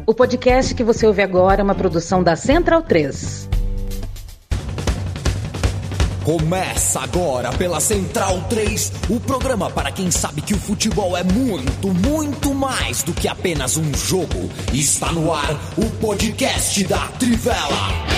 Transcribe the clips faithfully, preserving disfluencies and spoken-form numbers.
O podcast que você ouve agora é uma produção da Central três. Começa agora pela Central três, o programa para quem sabe que o futebol é muito, muito mais do que apenas um jogo. Está no ar o podcast da Trivela.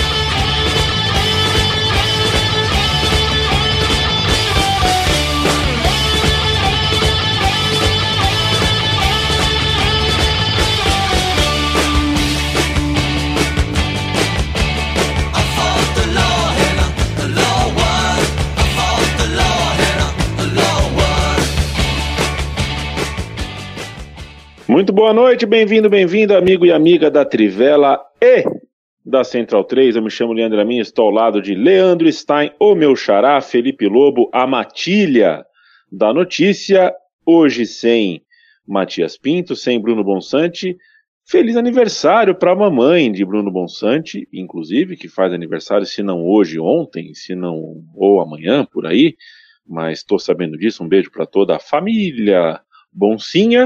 Muito boa noite, bem-vindo, bem-vindo, amigo e amiga da Trivela e da Central três. Eu me chamo Leandro Amin, estou ao lado de Leandro Stein, o meu xará, Felipe Lobo, a matilha da notícia. Hoje sem Matias Pinto, sem Bruno Bonsante. Feliz aniversário para a mamãe de Bruno Bonsante, inclusive, que faz aniversário, se não hoje, ontem, se não ou amanhã, por aí. Mas estou sabendo disso, um beijo para toda a família Boncinha.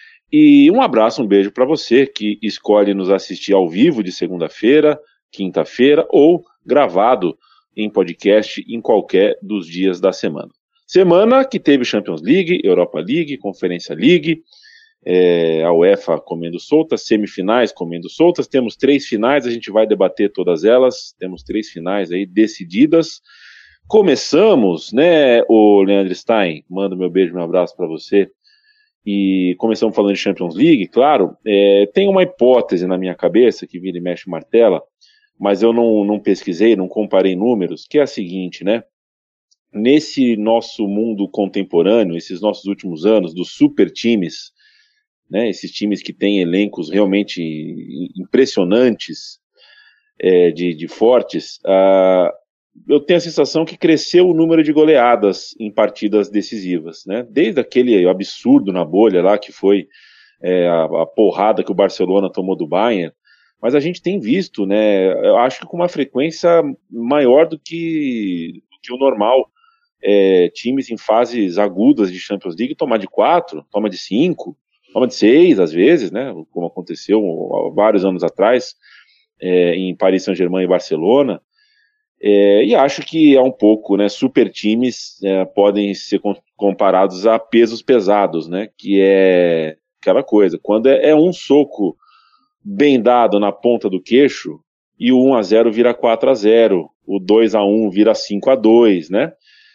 E um abraço, um beijo para você que escolhe nos assistir ao vivo de segunda-feira, quinta-feira ou gravado em podcast em qualquer dos dias da semana. Semana que teve Champions League, Europa League, Conferência League, é, a UEFA comendo soltas, semifinais comendo soltas, temos três finais, a gente vai debater todas elas, temos três finais aí decididas. Começamos, né, o Leandro Stein, mando meu beijo, meu abraço para você. E começamos falando de Champions League, claro, é, tem uma hipótese na minha cabeça, que vira e mexe martela, mas eu não, não pesquisei, não comparei números, que é a seguinte, né? Nesse nosso mundo contemporâneo, esses nossos últimos anos, dos super times, né, esses times que têm elencos realmente impressionantes, é, de, de fortes, uh, eu tenho a sensação que cresceu o número de goleadas em partidas decisivas, né? Desde aquele absurdo na bolha lá, que foi é, a, a porrada que o Barcelona tomou do Bayern, mas a gente tem visto, né, eu acho que com uma frequência maior do que, do que o normal, é, times em fases agudas de Champions League tomar de quatro, toma de cinco, toma de seis às vezes, né, como aconteceu há vários anos atrás, é, em Paris Saint-Germain e Barcelona. É, e acho que é um pouco, né, super times é, podem ser comparados a pesos pesados, né, que é aquela coisa, quando é, é um soco bem dado na ponta do queixo e o um a zero vira quatro a zero, o dois a um vira cinco a dois, né,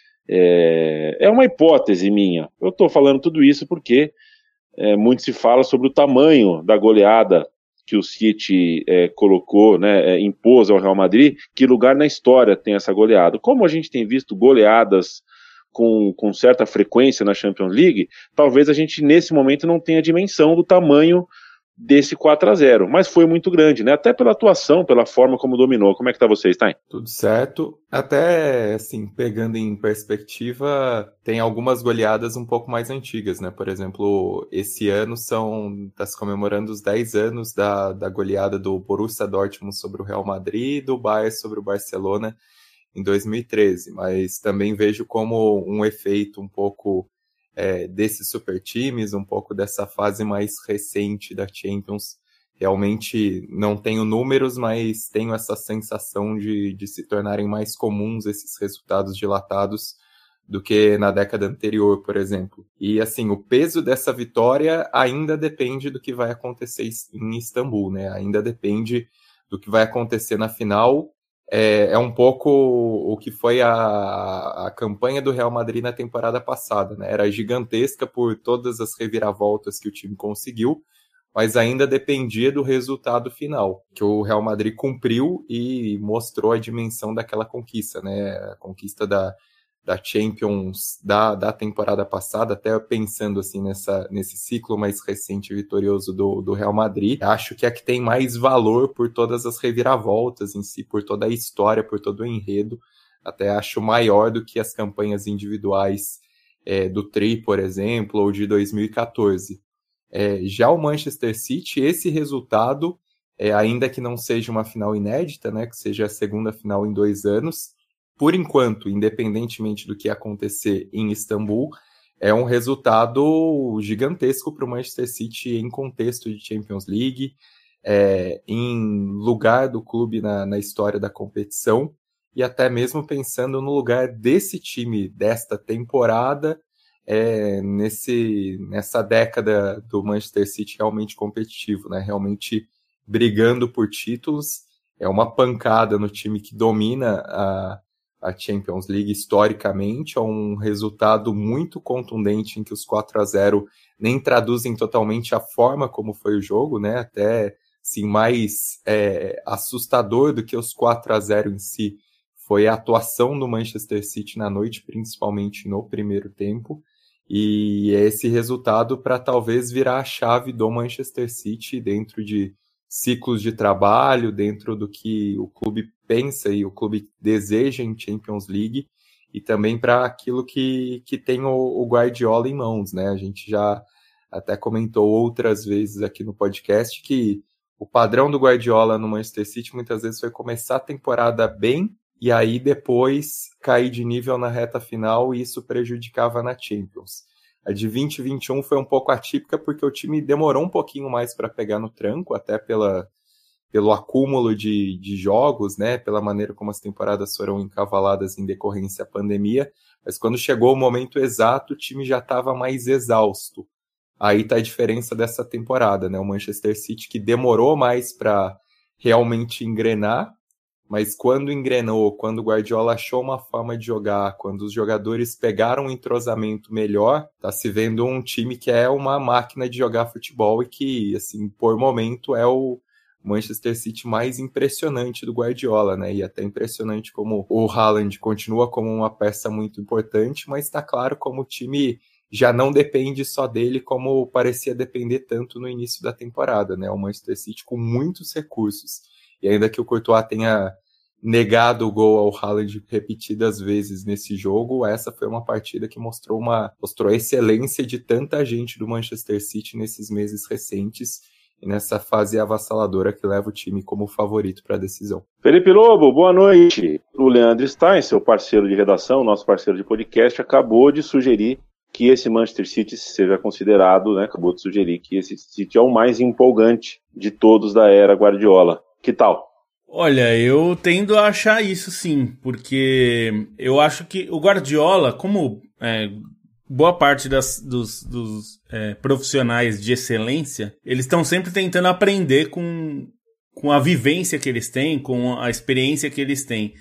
é, é uma hipótese minha, eu estou falando tudo isso porque é, muito se fala sobre o tamanho da goleada que o City é, colocou, né, é, impôs ao Real Madrid, que lugar na história tem essa goleada. Como a gente tem visto goleadas com, com certa frequência na Champions League, talvez a gente nesse momento não tenha dimensão do tamanho desse quatro a zero, mas foi muito grande, né, até pela atuação, pela forma como dominou. Como é que tá você, Stein? Tudo certo, até assim, pegando em perspectiva, tem algumas goleadas um pouco mais antigas, né, por exemplo, esse ano são, tá se comemorando os dez anos da, da goleada do Borussia Dortmund sobre o Real Madrid e do Bayern sobre o Barcelona em dois mil e treze, mas também vejo como um efeito um pouco É, desses super times, um pouco dessa fase mais recente da Champions. Realmente não tenho números, mas tenho essa sensação de, de se tornarem mais comuns esses resultados dilatados do que na década anterior, por exemplo. E assim, o peso dessa vitória ainda depende do que vai acontecer em Istambul, né? Ainda depende do que vai acontecer na final. É, é um pouco o que foi a, a campanha do Real Madrid na temporada passada, né? Era gigantesca por todas as reviravoltas que o time conseguiu, mas ainda dependia do resultado final, que o Real Madrid cumpriu e mostrou a dimensão daquela conquista, né? A conquista da, da Champions da, da temporada passada, até pensando assim nessa, nesse ciclo mais recente e vitorioso do, do Real Madrid, acho que é a que tem mais valor por todas as reviravoltas em si, por toda a história, por todo o enredo, até acho maior do que as campanhas individuais é, do Tri, por exemplo, ou de dois mil e catorze. É, já o Manchester City, esse resultado, é, ainda que não seja uma final inédita, né, que seja a segunda final em dois anos, por enquanto, independentemente do que acontecer em Istambul, é um resultado gigantesco para o Manchester City em contexto de Champions League, é, em lugar do clube na, na história da competição, e até mesmo pensando no lugar desse time desta temporada, é, nesse, nessa década do Manchester City realmente competitivo, né? Realmente brigando por títulos. É uma pancada no time que domina a, a Champions League historicamente, é um resultado muito contundente em que os quatro a zero nem traduzem totalmente a forma como foi o jogo, né? Até assim, mais é, assustador do que os quatro a zero em si foi a atuação do Manchester City na noite, principalmente no primeiro tempo, e esse resultado para talvez virar a chave do Manchester City dentro de ciclos de trabalho, dentro do que o clube pensa e o clube deseja em Champions League, e também para aquilo que, que tem o, o Guardiola em mãos, né? A gente já até comentou outras vezes aqui no podcast que o padrão do Guardiola no Manchester City muitas vezes foi começar a temporada bem e aí depois cair de nível na reta final, e isso prejudicava na Champions. A de vinte e vinte e um foi um pouco atípica porque o time demorou um pouquinho mais para pegar no tranco, até pela, pelo acúmulo de, de jogos, né, pela maneira como as temporadas foram encavaladas em decorrência da pandemia, mas quando chegou o momento exato, o time já estava mais exausto. Aí está a diferença dessa temporada, né? O Manchester City que demorou mais para realmente engrenar, mas quando engrenou, quando o Guardiola achou uma forma de jogar, quando os jogadores pegaram um entrosamento melhor, tá se vendo um time que é uma máquina de jogar futebol e que, assim, por momento é o Manchester City mais impressionante do Guardiola, né? E até impressionante como o Haaland continua como uma peça muito importante, mas tá claro como o time já não depende só dele como parecia depender tanto no início da temporada, né? O Manchester City com muitos recursos. E ainda que o Courtois tenha negado o gol ao Haaland repetidas vezes nesse jogo, essa foi uma partida que mostrou, uma, mostrou a excelência de tanta gente do Manchester City nesses meses recentes e nessa fase avassaladora que leva o time como favorito para a decisão. Felipe Lobo, boa noite. O Leandro Stein, seu parceiro de redação, nosso parceiro de podcast, acabou de sugerir que esse Manchester City seja considerado, né, acabou de sugerir que esse City é o mais empolgante de todos da era Guardiola. Que tal? Olha, eu tendo a achar isso sim, porque eu acho que o Guardiola, como é, boa parte das, dos, dos é, profissionais de excelência, eles estão sempre tentando aprender com, com a vivência que eles têm, com a experiência que eles têm.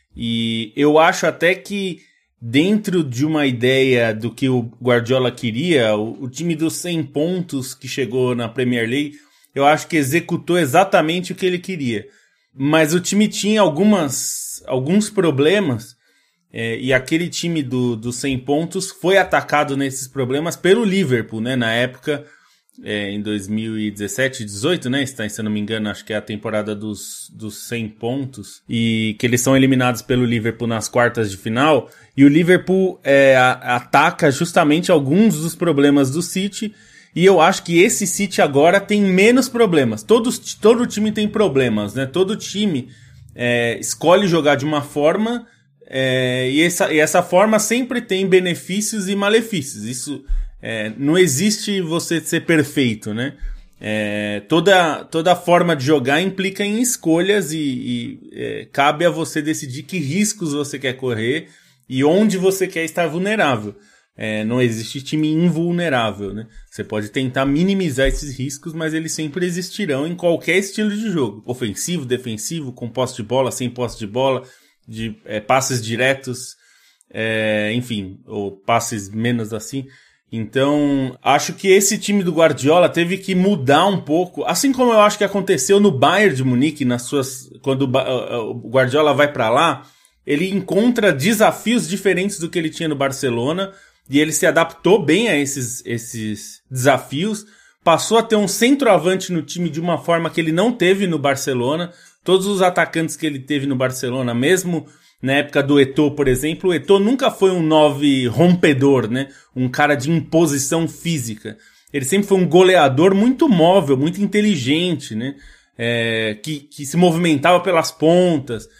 E eu acho até que dentro de uma ideia do que o Guardiola queria, o, o time dos cem pontos que chegou na Premier League, eu acho que executou exatamente o que ele queria. Mas o time tinha algumas, alguns problemas, é, e aquele time do, dos cem pontos foi atacado nesses problemas pelo Liverpool, né? Na época, é, em dois mil e dezessete, dezoito, né? Se eu não me engano, acho que é a temporada dos, dos cem pontos, e que eles são eliminados pelo Liverpool nas quartas de final, e o Liverpool é, a, ataca justamente alguns dos problemas do City. E eu acho que esse City agora tem menos problemas. Todos, todo time tem problemas, né? Todo time é, escolhe jogar de uma forma é, e, essa, e essa forma sempre tem benefícios e malefícios. Isso é, não existe você ser perfeito, né? É, toda, toda forma de jogar implica em escolhas e, e é, cabe a você decidir que riscos você quer correr e onde você quer estar vulnerável. É, não existe time invulnerável, né? Você pode tentar minimizar esses riscos, mas eles sempre existirão em qualquer estilo de jogo. Ofensivo, defensivo, com posse de bola, sem posse de bola, de é, passes diretos, é, enfim, ou passes menos assim. Então, acho que esse time do Guardiola teve que mudar um pouco, assim como eu acho que aconteceu no Bayern de Munique, nas suas, quando o Guardiola vai para lá, ele encontra desafios diferentes do que ele tinha no Barcelona. E ele se adaptou bem a esses, esses desafios, passou a ter um centroavante no time de uma forma que ele não teve no Barcelona. Todos os atacantes que ele teve no Barcelona, mesmo na época do Eto'o, por exemplo, o Eto'o nunca foi um nove rompedor, né? Um cara de imposição física. Ele sempre foi um goleador muito móvel, muito inteligente, né? É, que, que se movimentava pelas pontas.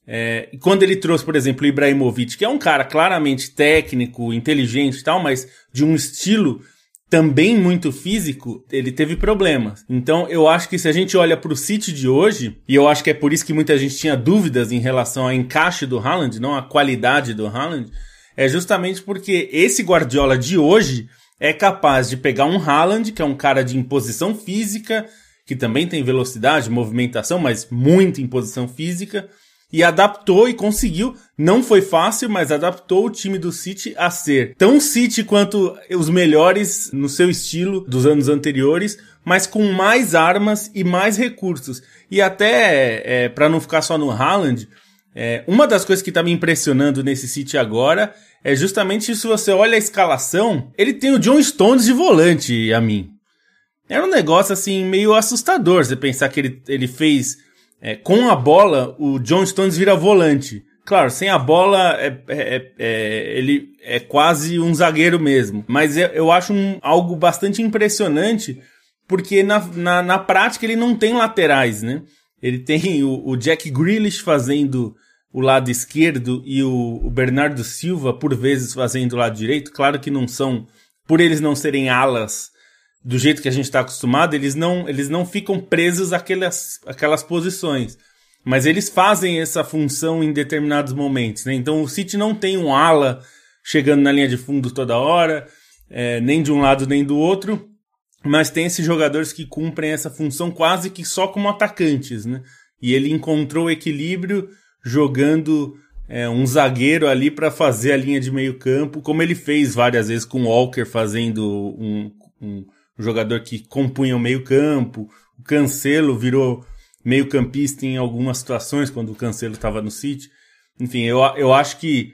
É, e quando ele trouxe, por exemplo, o Ibrahimovic, que é um cara claramente técnico, inteligente e tal, mas de um estilo também muito físico, ele teve problemas. Então eu acho que se a gente olha para o City de hoje, e eu acho que é por isso que muita gente tinha dúvidas em relação ao encaixe do Haaland, não a qualidade do Haaland, é justamente porque esse Guardiola de hoje é capaz de pegar um Haaland, que é um cara de imposição física, que também tem velocidade, movimentação, mas muita imposição física, e adaptou e conseguiu, não foi fácil, mas adaptou o time do City a ser tão City quanto os melhores no seu estilo dos anos anteriores, mas com mais armas e mais recursos. E até, é, para não ficar só no Haaland, é, uma das coisas que tá me impressionando nesse City agora é justamente se você olha a escalação, ele tem o John Stones de volante, a mim. Era um negócio assim meio assustador, você pensar que ele, ele fez... É, com a bola, o John Stones vira volante. Claro, sem a bola, é, é, é, ele é quase um zagueiro mesmo. Mas eu, eu acho um, algo bastante impressionante, porque na, na, na prática ele não tem laterais, né? Ele tem o, o Jack Grealish fazendo o lado esquerdo e o, o Bernardo Silva, por vezes, fazendo o lado direito. Claro que não são, por eles não serem alas do jeito que a gente está acostumado, eles não, eles não ficam presos àquelas, àquelas posições. Mas eles fazem essa função em determinados momentos, né? Então o City não tem um ala chegando na linha de fundo toda hora, é, nem de um lado nem do outro, mas tem esses jogadores que cumprem essa função quase que só como atacantes, né? E ele encontrou o equilíbrio jogando é, um zagueiro ali para fazer a linha de meio campo, como ele fez várias vezes com o Walker fazendo um... um um jogador que compunha o meio campo. O Cancelo virou meio campista em algumas situações, quando o Cancelo estava no City. Enfim, eu, eu acho que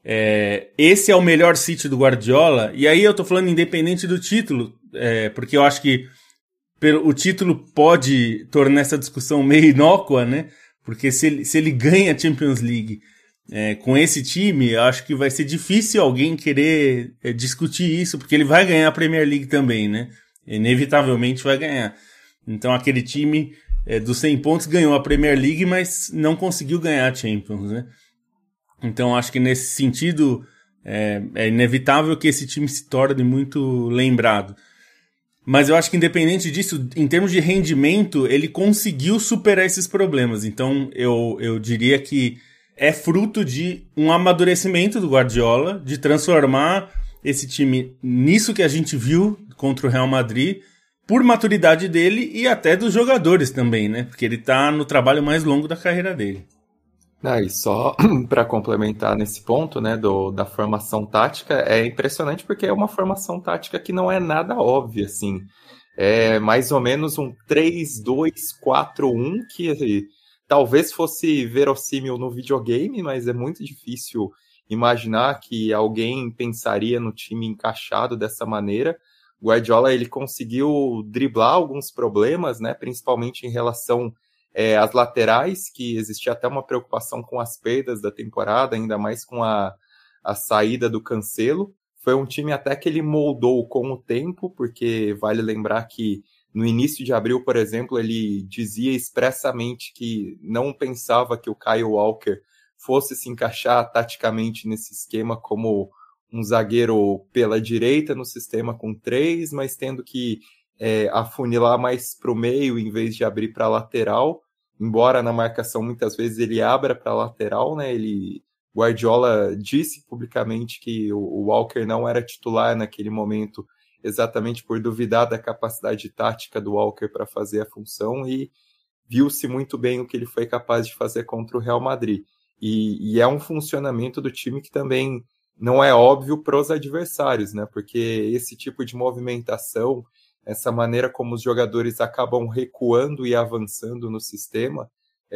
é, esse é o melhor City do Guardiola, e aí eu tô falando independente do título, é, porque eu acho que pelo, o título pode tornar essa discussão meio inócua, né? Porque se ele, se ele ganha a Champions League é, com esse time, eu acho que vai ser difícil alguém querer é, discutir isso, porque ele vai ganhar a Premier League também, né? Inevitavelmente vai ganhar. Então aquele time é, dos cem pontos ganhou a Premier League, mas não conseguiu ganhar a Champions, né? Então acho que nesse sentido é, é inevitável que esse time se torne muito lembrado. Mas eu acho que independente disso, em termos de rendimento, ele conseguiu superar esses problemas. Então eu, eu diria que é fruto de um amadurecimento do Guardiola, de transformar esse time nisso que a gente viu contra o Real Madrid, por maturidade dele e até dos jogadores também, né? Porque ele tá no trabalho mais longo da carreira dele. Ah, e só para complementar nesse ponto, né, do, da formação tática, é impressionante porque é uma formação tática que não é nada óbvia, assim. É mais ou menos um três dois quatro um, que talvez fosse verossímil no videogame, mas é muito difícil imaginar que alguém pensaria no time encaixado dessa maneira. O Guardiola, ele conseguiu driblar alguns problemas, né, principalmente em relação é, às laterais, que existia até uma preocupação com as perdas da temporada, ainda mais com a, a saída do Cancelo. Foi um time até que ele moldou com o tempo, porque vale lembrar que no início de abril, por exemplo, ele dizia expressamente que não pensava que o Kyle Walker fosse se encaixar taticamente nesse esquema como um zagueiro pela direita no sistema com três, mas tendo que é, afunilar mais para o meio em vez de abrir para a lateral, embora na marcação muitas vezes ele abra para a lateral, né? Ele, Guardiola disse publicamente que o, o Walker não era titular naquele momento, exatamente por duvidar da capacidade tática do Walker para fazer a função, e viu-se muito bem o que ele foi capaz de fazer contra o Real Madrid. E, e é um funcionamento do time que também não é óbvio para os adversários, né? Porque esse tipo de movimentação, essa maneira como os jogadores acabam recuando e avançando no sistema,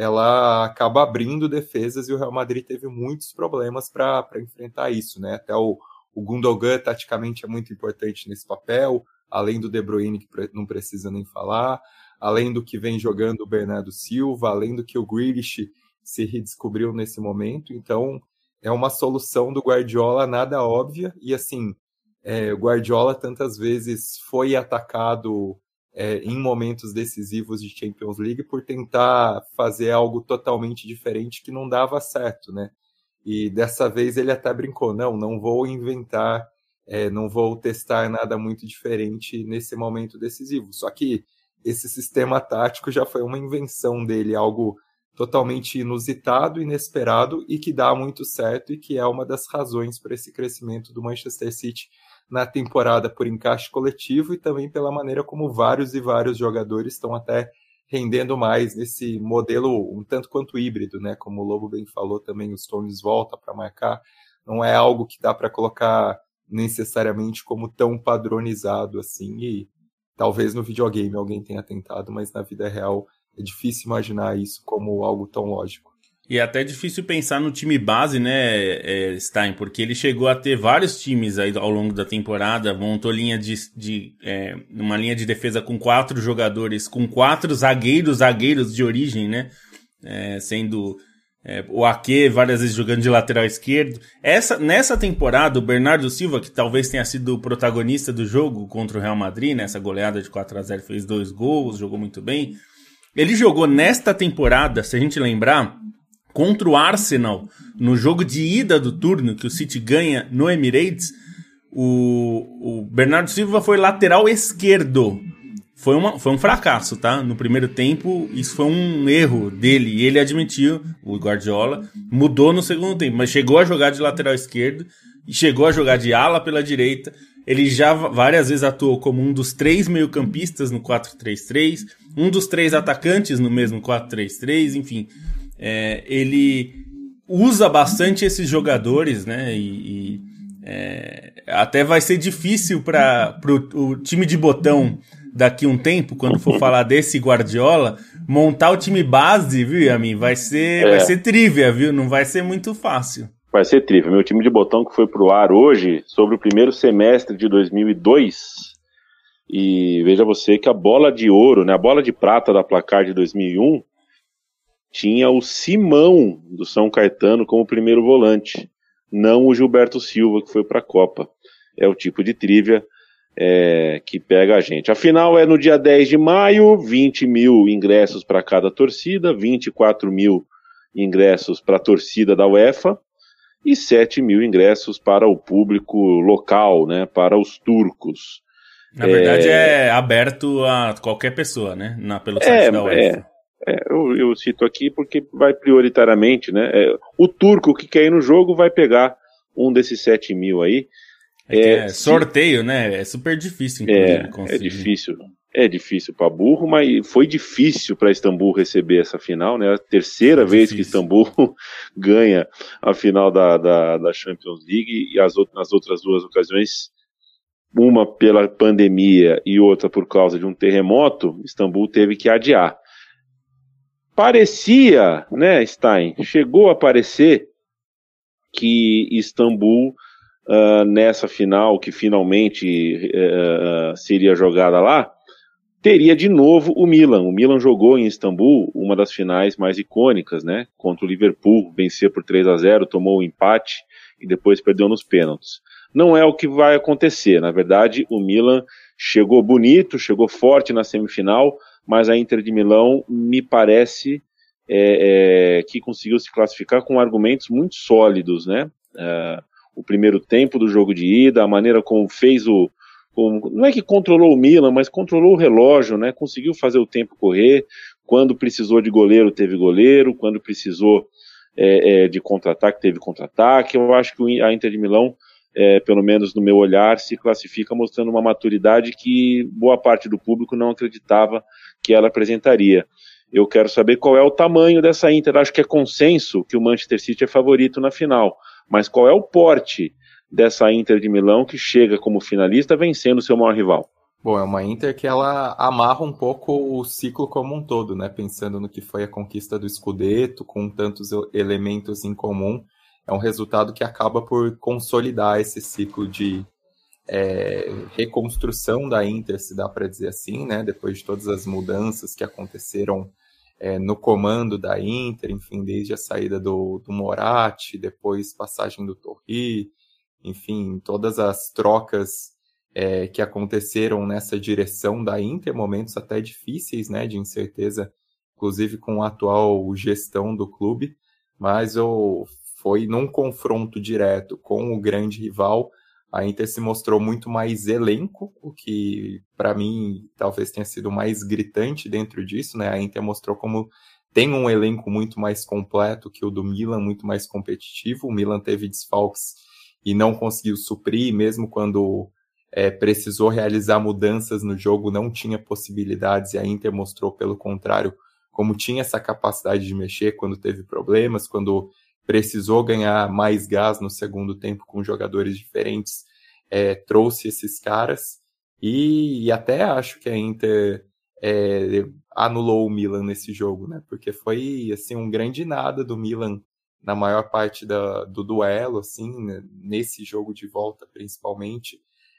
ela acaba abrindo defesas, e o Real Madrid teve muitos problemas para enfrentar isso, né? Até o, o Gundogan, taticamente, é muito importante nesse papel, além do De Bruyne, que não precisa nem falar, além do que vem jogando o Bernardo Silva, além do que o Grealish se redescobriu nesse momento. Então é uma solução do Guardiola nada óbvia, e assim, é, o Guardiola tantas vezes foi atacado é, em momentos decisivos de Champions League por tentar fazer algo totalmente diferente que não dava certo, né? E dessa vez ele até brincou, não, não vou inventar, é, não vou testar nada muito diferente nesse momento decisivo. Só que esse sistema tático já foi uma invenção dele, algo totalmente inusitado, inesperado e que dá muito certo e que é uma das razões para esse crescimento do Manchester City na temporada por encaixe coletivo e também pela maneira como vários e vários jogadores estão até rendendo mais nesse modelo um tanto quanto híbrido, né? Como o Lobo bem falou também, o Stones volta para marcar, não é algo que dá para colocar necessariamente como tão padronizado assim, e talvez no videogame alguém tenha tentado, mas na vida real é difícil imaginar isso como algo tão lógico. E é até difícil pensar no time base, né, Stein, porque ele chegou a ter vários times aí ao longo da temporada, montou linha de, de é, uma linha de defesa com quatro jogadores, com quatro zagueiros, zagueiros de origem, né, é, sendo é, o Ake várias vezes jogando de lateral esquerdo. Essa, nessa temporada, o Bernardo Silva, que talvez tenha sido o protagonista do jogo contra o Real Madrid, nessa goleada de quatro a zero, fez dois gols, jogou muito bem. Ele jogou nesta temporada, se a gente lembrar, contra o Arsenal, no jogo de ida do turno, que o City ganha no Emirates, o, o Bernardo Silva foi lateral esquerdo. Foi, uma, foi um fracasso, tá? No primeiro tempo, isso foi um erro dele, e ele admitiu, o Guardiola, mudou no segundo tempo, mas chegou a jogar de lateral esquerdo, e chegou a jogar de ala pela direita. Ele já várias vezes atuou como um dos três meio-campistas no quatro três três, um dos três atacantes no mesmo quatro três três, enfim... É, ele usa bastante esses jogadores, né? E, e é, até vai ser difícil para o time de botão daqui um tempo, quando for falar desse Guardiola, montar o time base, viu, Yamin? Vai ser, é. vai ser trivia, viu? Não vai ser muito fácil. Vai ser trivia. Meu time de botão que foi pro ar hoje sobre o primeiro semestre de dois mil e dois. E veja você que a bola de ouro, né? A bola de prata da placar de dois mil e um tinha o Simão do São Caetano como primeiro volante, não o Gilberto Silva, que foi para a Copa. É o tipo de trivia é, que pega a gente. A final é no dia dez de maio, vinte mil ingressos para cada torcida, vinte e quatro mil ingressos para a torcida da UEFA e sete mil ingressos para o público local, né, para os turcos. Na verdade é, é aberto a qualquer pessoa, né, na, pelo site é, da UEFA. É. É, eu, eu cito aqui porque vai prioritariamente, né? É, o turco que quer ir no jogo vai pegar um desses sete mil aí. É, é, é sorteio, se... né? É super difícil, inclusive, conseguir. É difícil. É difícil para burro, mas foi difícil para Istambul receber essa final, né? A terceira é vez que Istambul ganha a final da, da, da Champions League, e as outras, nas outras duas ocasiões, uma pela pandemia e outra por causa de um terremoto, Istambul teve que adiar. Parecia, né, Stein, chegou a parecer que Istambul, uh, nessa final, que finalmente uh, seria jogada lá, teria de novo o Milan. O Milan jogou em Istambul uma das finais mais icônicas, né, contra o Liverpool, venceu por três a zero, tomou o empate e depois perdeu nos pênaltis. Não é o que vai acontecer, na verdade o Milan chegou bonito, chegou forte na semifinal, mas a Inter de Milão me parece é, é, que conseguiu se classificar com argumentos muito sólidos, né? É, o primeiro tempo do jogo de ida, a maneira como fez o... Como, não é que controlou o Milan, mas controlou o relógio, né? Conseguiu fazer o tempo correr, quando precisou de goleiro, teve goleiro, quando precisou é, é, de contra-ataque, teve contra-ataque. Eu acho que a Inter de Milão, É, pelo menos no meu olhar, se classifica mostrando uma maturidade que boa parte do público não acreditava que ela apresentaria. Eu quero saber qual é o tamanho dessa Inter. Acho que é consenso que o Manchester City é favorito na final, mas qual é o porte dessa Inter de Milão que chega como finalista vencendo seu maior rival? Bom, é uma Inter que ela amarra um pouco o ciclo como um todo, né? Pensando no que foi a conquista do Scudetto, com tantos elementos em comum. É um resultado que acaba por consolidar esse ciclo de é, reconstrução da Inter, se dá para dizer assim, né? Depois de todas as mudanças que aconteceram é, no comando da Inter, enfim, desde a saída do, do Moratti, depois passagem do Torri, enfim, todas as trocas é, que aconteceram nessa direção da Inter, momentos até difíceis, né, de incerteza, inclusive com a atual gestão do clube, mas oh, foi num confronto direto com o grande rival. A Inter se mostrou muito mais elenco, o que para mim talvez tenha sido mais gritante dentro disso, né? A Inter mostrou como tem um elenco muito mais completo que o do Milan, muito mais competitivo. O Milan teve desfalques e não conseguiu suprir, mesmo quando é, precisou realizar mudanças no jogo, não tinha possibilidades, e a Inter mostrou, pelo contrário, como tinha essa capacidade de mexer quando teve problemas, quando precisou ganhar mais gás no segundo tempo com jogadores diferentes, é, trouxe esses caras, e, e até acho que a Inter é, anulou o Milan nesse jogo, né? Porque foi assim, um grande nada do Milan na maior parte da, do duelo, assim, né? Nesse jogo de volta principalmente.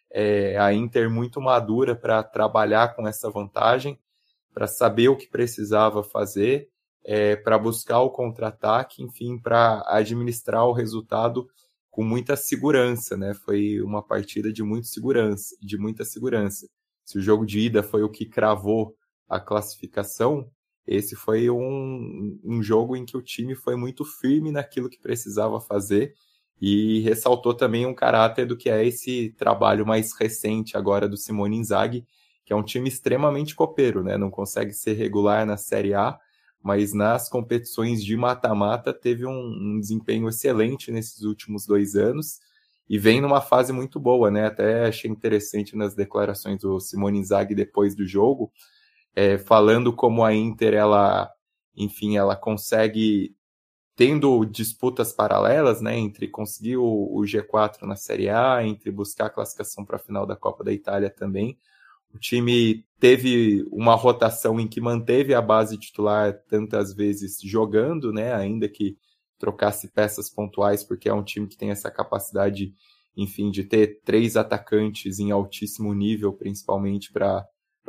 É, a Inter muito madura para trabalhar com essa vantagem, para saber o que precisava fazer, é, para buscar o contra-ataque, enfim, para administrar o resultado com muita segurança, né? Foi uma partida de muito segurança, de muita segurança. Se o jogo de ida foi o que cravou a classificação, esse foi um, um jogo em que o time foi muito firme naquilo que precisava fazer, e ressaltou também um caráter do que é esse trabalho mais recente agora do Simone Inzaghi, que é um time extremamente copeiro, né? Não consegue ser regular na Série A, mas nas competições de mata-mata teve um, um desempenho excelente nesses últimos dois anos e vem numa fase muito boa, né? Até achei interessante nas declarações do Simone Inzaghi depois do jogo, é, falando como a Inter, ela, enfim, ela consegue, tendo disputas paralelas, né, entre conseguir o, o G quatro na Série A, entre buscar a classificação para a final da Copa da Itália também. O time teve uma rotação em que manteve a base titular tantas vezes jogando, né, ainda que trocasse peças pontuais, porque é um time que tem essa capacidade, enfim, de ter três atacantes em altíssimo nível, principalmente para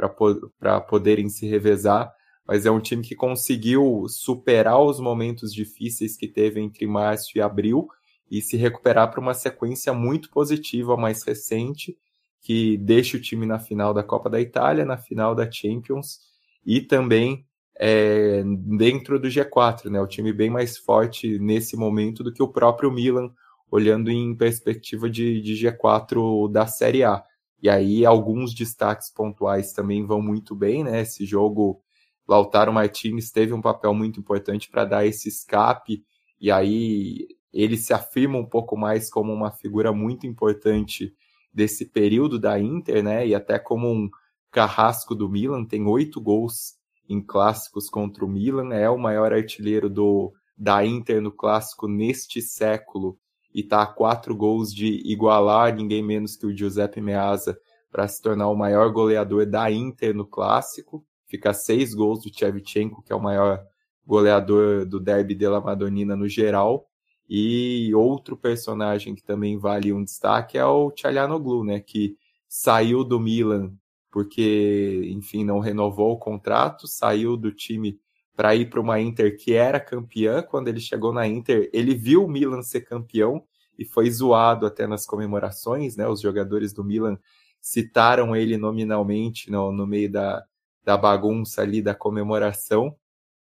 para poderem se revezar, mas é um time que conseguiu superar os momentos difíceis que teve entre março e abril e se recuperar para uma sequência muito positiva, mais recente, que deixa o time na final da Copa da Itália, na final da Champions e também é, dentro do G quatro, né? O time bem mais forte nesse momento do que o próprio Milan, olhando em perspectiva de, de G quatro da Série A. E aí alguns destaques pontuais também vão muito bem, né? Esse jogo, Lautaro Martinez teve um papel muito importante para dar esse escape, e aí ele se afirma um pouco mais como uma figura muito importante desse período da Inter, né? E até como um carrasco do Milan, tem oito gols em clássicos contra o Milan, é o maior artilheiro do, da Inter no clássico neste século, e está a quatro gols de igualar ninguém menos que o Giuseppe Meazza para se tornar o maior goleador da Inter no clássico. Fica a seis gols do Shevchenko, que é o maior goleador do Derby della Madonnina no geral. E outro personagem que também vale um destaque é o Çalhanoğlu, né, que saiu do Milan porque, enfim, não renovou o contrato, saiu do time para ir para uma Inter que era campeã. Quando ele chegou na Inter, ele viu o Milan ser campeão e foi zoado até nas comemorações, né? Os jogadores do Milan citaram ele nominalmente no, no meio da, da bagunça ali da comemoração,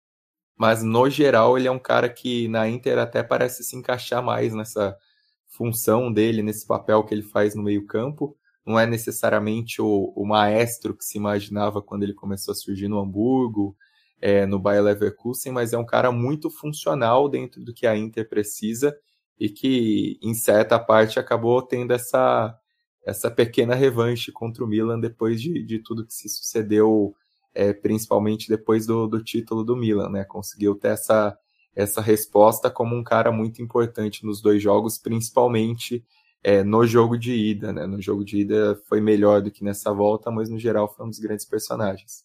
mas no geral ele é um cara que na Inter até parece se encaixar mais nessa função dele, nesse papel que ele faz no meio campo. Não é necessariamente o, o maestro que se imaginava quando ele começou a surgir no Hamburgo, É, no Bayer Leverkusen, mas é um cara muito funcional dentro do que a Inter precisa e que, em certa parte, acabou tendo essa, essa pequena revanche contra o Milan depois de, de tudo que se sucedeu, é, principalmente depois do, do título do Milan, né? Conseguiu ter essa, essa resposta como um cara muito importante nos dois jogos, principalmente é, no jogo de ida, né? No jogo de ida foi melhor do que nessa volta, mas no geral foi um dos grandes personagens.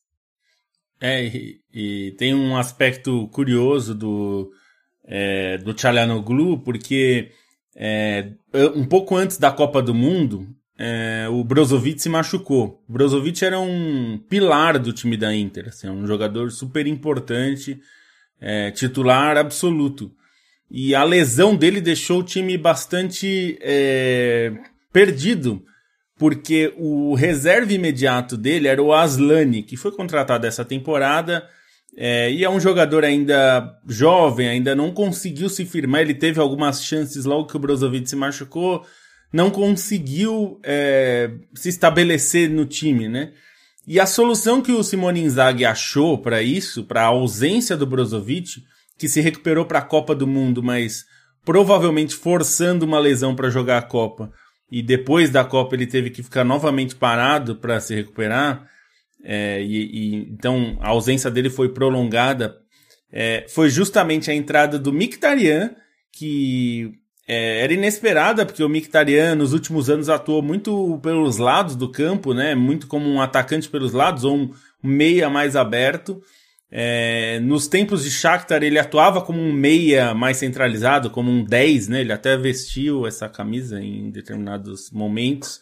É, e, e tem um aspecto curioso do, é, do Çalhanoğlu, porque é, um pouco antes da Copa do Mundo, é, o Brozovic se machucou. O Brozovic era um pilar do time da Inter, assim, um jogador super importante, é, titular absoluto. E a lesão dele deixou o time bastante é, perdido, porque o reserva imediato dele era o Aslani, que foi contratado essa temporada, é, e é um jogador ainda jovem, ainda não conseguiu se firmar, ele teve algumas chances logo que o Brozovic se machucou, não conseguiu é, se estabelecer no time, né? E a solução que o Simone Inzaghi achou para isso, para a ausência do Brozovic, que se recuperou para a Copa do Mundo, mas provavelmente forçando uma lesão para jogar a Copa, e depois da Copa ele teve que ficar novamente parado para se recuperar, é, e, e, então a ausência dele foi prolongada, é, foi justamente a entrada do Mkhitaryan, que é, era inesperada, porque o Mkhitaryan nos últimos anos atuou muito pelos lados do campo, né, muito como um atacante pelos lados, ou um meia mais aberto. É, nos tempos de Shakhtar ele atuava como um meia mais centralizado, como um dez, né? Ele até vestiu essa camisa em determinados momentos.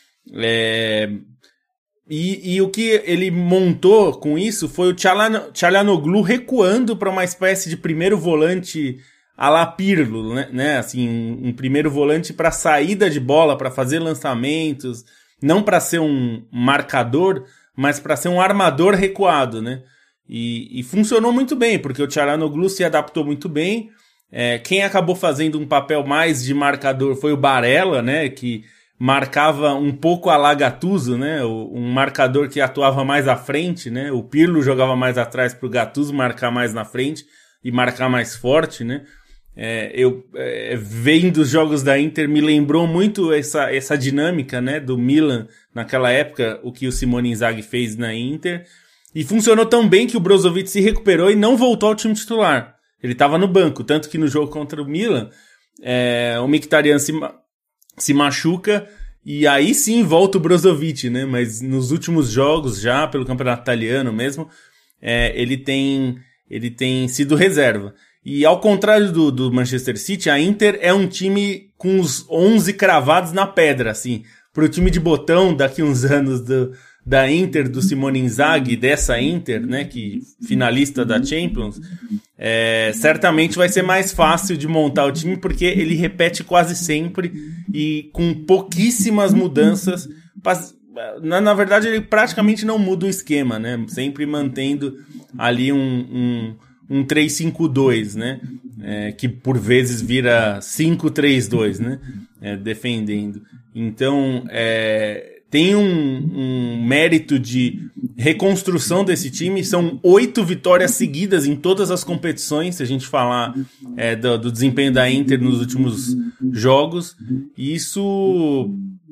É, e, e o que ele montou com isso foi o Çalhanoğlu recuando para uma espécie de primeiro volante à la Pirlo, né? né? Assim, um, um primeiro volante para saída de bola, para fazer lançamentos, não para ser um marcador, mas para ser um armador recuado, né? E, e funcionou muito bem, porque o Çalhanoğlu se adaptou muito bem. É, quem acabou fazendo um papel mais de marcador foi o Barella, né, que marcava um pouco a la Gattuso, né, um marcador que atuava mais à frente, né, o Pirlo jogava mais atrás para o Gattuso marcar mais na frente e marcar mais forte, né. É, eu é, vendo os jogos da Inter me lembrou muito essa, essa dinâmica, né, do Milan naquela época, o que o Simone Inzaghi fez na Inter. E funcionou tão bem que o Brozovic se recuperou e não voltou ao time titular. Ele estava no banco, tanto que no jogo contra o Milan, é, o Mkhitaryan se, se machuca e aí sim volta o Brozovic, né? Mas nos últimos jogos, já pelo campeonato italiano mesmo, é, ele, tem, ele tem sido reserva. E ao contrário do, do Manchester City, a Inter é um time com os onze cravados na pedra, assim. Pro time de botão daqui uns anos do... da Inter, do Simone Inzaghi, dessa Inter, né, que finalista da Champions, é, certamente vai ser mais fácil de montar o time, porque ele repete quase sempre e com pouquíssimas mudanças. Na, na verdade, ele praticamente não muda o esquema, né, sempre mantendo ali um, um, um três cinco dois, né, é, que por vezes vira cinco três dois, né, é, defendendo. Então, é... tem um, um mérito de reconstrução desse time, são oito vitórias seguidas em todas as competições, se a gente falar é, do, do desempenho da Inter nos últimos jogos, e isso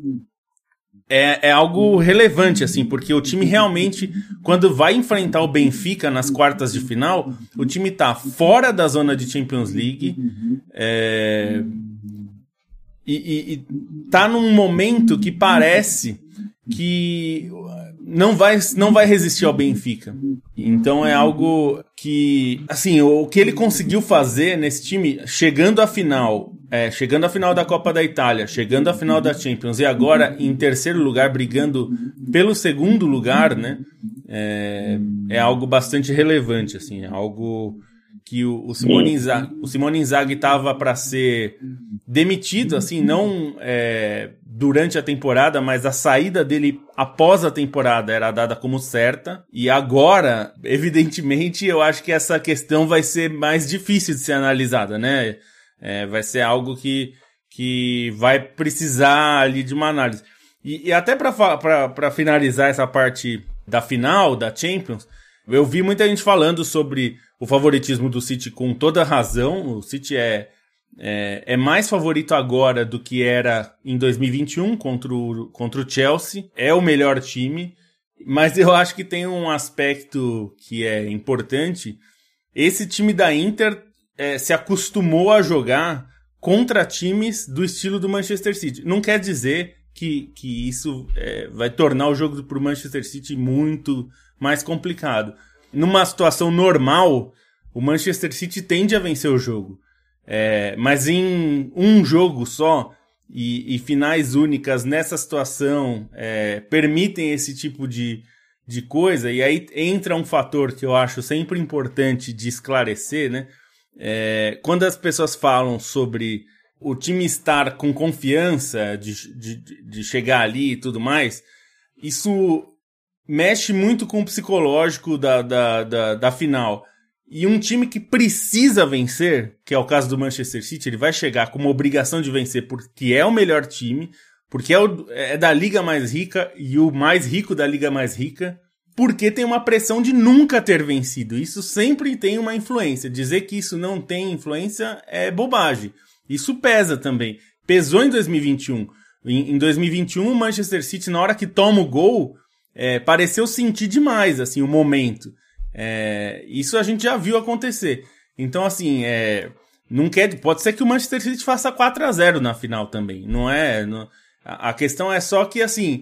é, é algo relevante, assim, porque o time realmente, quando vai enfrentar o Benfica nas quartas de final, o time tá fora da zona de Champions League, é... E, e, e tá num momento que parece que não vai, não vai resistir ao Benfica. Então é algo que, assim, o, o que ele conseguiu fazer nesse time, chegando à final, é, chegando à final da Copa da Itália, chegando à final da Champions e agora em terceiro lugar, brigando pelo segundo lugar, né, é, é algo bastante relevante, assim, é algo que o, o Simone Inzaghi, o Simone Inzaghi estava para ser demitido, assim, não é, durante a temporada, mas a saída dele após a temporada era dada como certa. E agora, evidentemente, eu acho que essa questão vai ser mais difícil de ser analisada, né? É, vai ser algo que, que vai precisar ali de uma análise. E, e até para finalizar essa parte da final da Champions, eu vi muita gente falando sobre o favoritismo do City com toda razão. O City é, é, é mais favorito agora do que era em dois mil e vinte e um contra o, contra o Chelsea. É o melhor time, mas eu acho que tem um aspecto que é importante. Esse time da Inter é, se acostumou a jogar contra times do estilo do Manchester City. Não quer dizer que, que isso é, vai tornar o jogo para o Manchester City muito mais complicado. Numa situação normal, o Manchester City tende a vencer o jogo. É, mas em um jogo só e, e finais únicas nessa situação é, permitem esse tipo de, de coisa. E aí entra um fator que eu acho sempre importante de esclarecer, né? É, quando as pessoas falam sobre o time estar com confiança de, de, de chegar ali e tudo mais, isso mexe muito com o psicológico da, da, da, da final. E um time que precisa vencer, que é o caso do Manchester City, ele vai chegar com uma obrigação de vencer porque é o melhor time, porque é, o, é da liga mais rica e o mais rico da liga mais rica, porque tem uma pressão de nunca ter vencido. Isso sempre tem uma influência. Dizer que isso não tem influência é bobagem. Isso pesa também. Pesou em dois mil e vinte e um. Em, em dois mil e vinte e um, o Manchester City, na hora que toma o gol, é, pareceu sentir demais assim, o momento. É, isso a gente já viu acontecer. Então, assim, é, não quer, pode ser que o Manchester City faça quatro a zero na final também. Não é, não, a, a questão é só que, assim,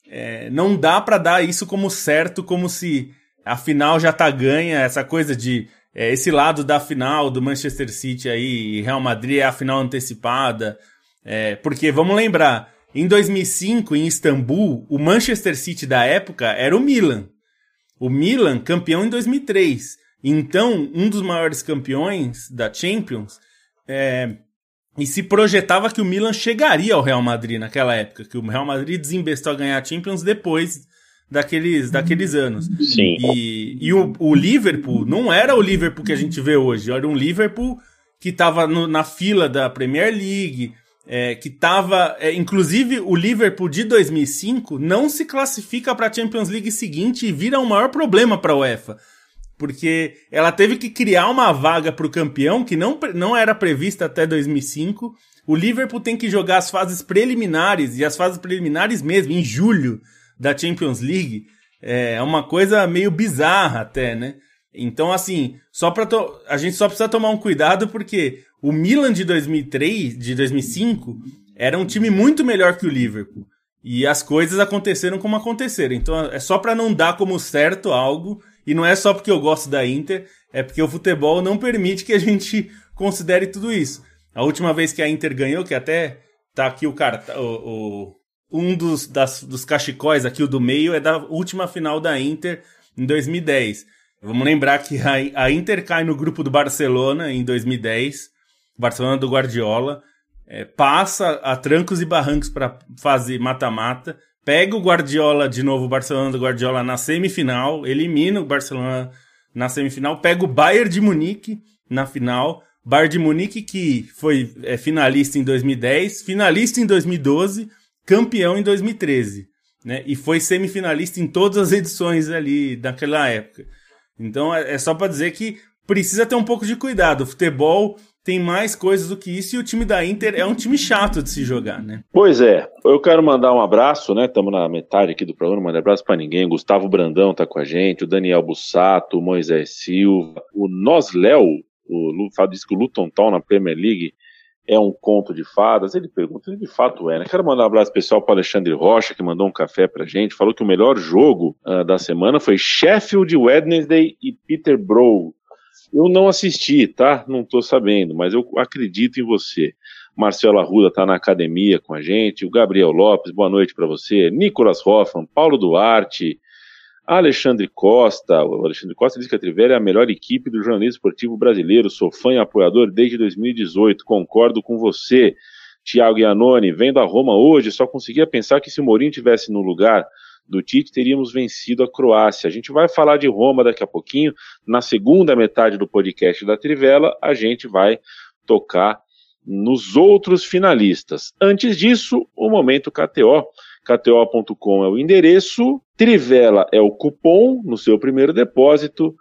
é, não dá pra dar isso como certo, como se a final já tá ganha, essa coisa de é, esse lado da final do Manchester City aí, Real Madrid é a final antecipada. É, porque, vamos lembrar, em dois mil e cinco, em Istambul, o Manchester City da época era o Milan. O Milan, campeão em dois mil e três. Então, um dos maiores campeões da Champions, é, e se projetava que o Milan chegaria ao Real Madrid naquela época, que o Real Madrid desembestou a ganhar a Champions depois daqueles, daqueles anos. Sim. E, e o, o Liverpool não era o Liverpool que a gente vê hoje, era um Liverpool que estava na fila da Premier League, É, que estava... É, inclusive, o Liverpool de dois mil e cinco não se classifica para a Champions League seguinte e vira um maior problema para a UEFA. Porque ela teve que criar uma vaga para o campeão que não, não era prevista até dois mil e cinco. O Liverpool tem que jogar as fases preliminares, e as fases preliminares mesmo, em julho, da Champions League. É uma coisa meio bizarra até, né? Então, assim, só pra to... a gente só precisa tomar um cuidado porque o Milan de dois mil e três, de dois mil e cinco, era um time muito melhor que o Liverpool. E as coisas aconteceram como aconteceram. Então, é só pra não dar como certo algo, e não é só porque eu gosto da Inter, é porque o futebol não permite que a gente considere tudo isso. A última vez que a Inter ganhou, que até tá aqui o cara, o, o, um dos, das, dos cachecóis aqui, o do meio, é da última final da Inter em dois mil e dez. Vamos lembrar que a, a Inter cai no grupo do Barcelona em dois mil e dez, Barcelona do Guardiola, é, passa a trancos e barrancos para fazer mata-mata, pega o Guardiola de novo, o Barcelona do Guardiola na semifinal, elimina o Barcelona na semifinal, pega o Bayern de Munique na final, Bayern de Munique que foi é, finalista em dois mil e dez, finalista em dois mil e doze, campeão em dois mil e treze, né? E foi semifinalista em todas as edições ali daquela época. Então é só para dizer que precisa ter um pouco de cuidado. O futebol tem mais coisas do que isso e o time da Inter é um time chato de se jogar, né? Pois é, eu quero mandar um abraço, né? Estamos na metade aqui do programa, não manda abraço para ninguém. O Gustavo Brandão tá com a gente, o Daniel Bussato, o Moisés Silva, o Nosléo, o Fábio disse que o Luton Town na Premier League é um conto de fadas. Ele pergunta, ele de fato é, né? Quero mandar um abraço especial para Alexandre Rocha, que mandou um café pra gente, falou que o melhor jogo uh, da semana foi Sheffield Wednesday e Peterborough. Eu não assisti, tá? Não tô sabendo, mas eu acredito em você. Marcelo Arruda tá na academia com a gente, o Gabriel Lopes, boa noite para você, Nicolas Hoffman, Paulo Duarte, Alexandre Costa. O Alexandre Costa diz que a Trivela é a melhor equipe do jornalismo esportivo brasileiro, sou fã e apoiador desde dois mil e dezoito, concordo com você. Thiago Iannone, vendo a Roma hoje, só conseguia pensar que se o Mourinho tivesse no lugar do Tite, teríamos vencido a Croácia. A gente vai falar de Roma daqui a pouquinho, na segunda metade do podcast da Trivela, a gente vai tocar nos outros finalistas. Antes disso, o Momento K T O. K T O ponto com é o endereço, Trivela é o cupom no seu primeiro depósito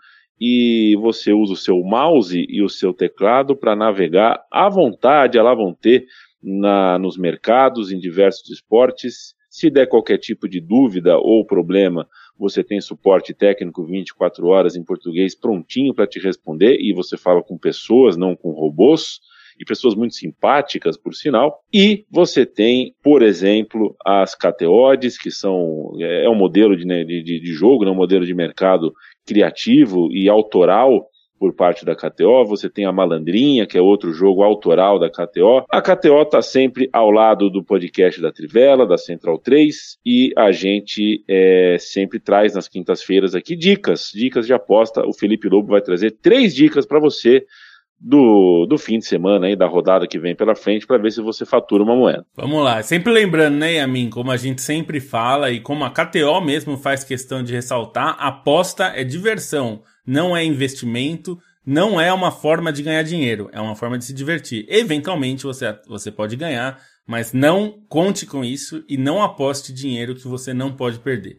e você usa o seu mouse e o seu teclado para navegar à vontade, lá vão ter na, nos mercados, em diversos esportes. Se der qualquer tipo de dúvida ou problema, você tem suporte técnico vinte e quatro horas em português prontinho para te responder e você fala com pessoas, não com robôs. E pessoas muito simpáticas, por sinal, e você tem, por exemplo, as K T Ods, que são, é um modelo de, de, de jogo, né, um modelo de mercado criativo e autoral por parte da K T O, você tem a Malandrinha, que é outro jogo autoral da K T O. A K T O está sempre ao lado do podcast da Trivela, da Central três, e a gente é, sempre traz nas quintas-feiras aqui dicas, dicas de aposta. O Felipe Lobo vai trazer três dicas para você do, do fim de semana, aí, da rodada que vem pela frente, para ver se você fatura uma moeda. Vamos lá, sempre lembrando, né, Yamin, como a gente sempre fala e como a K T O mesmo faz questão de ressaltar, aposta é diversão, não é investimento, não é uma forma de ganhar dinheiro, é uma forma de se divertir. Eventualmente você, você pode ganhar, mas não conte com isso e não aposte dinheiro que você não pode perder.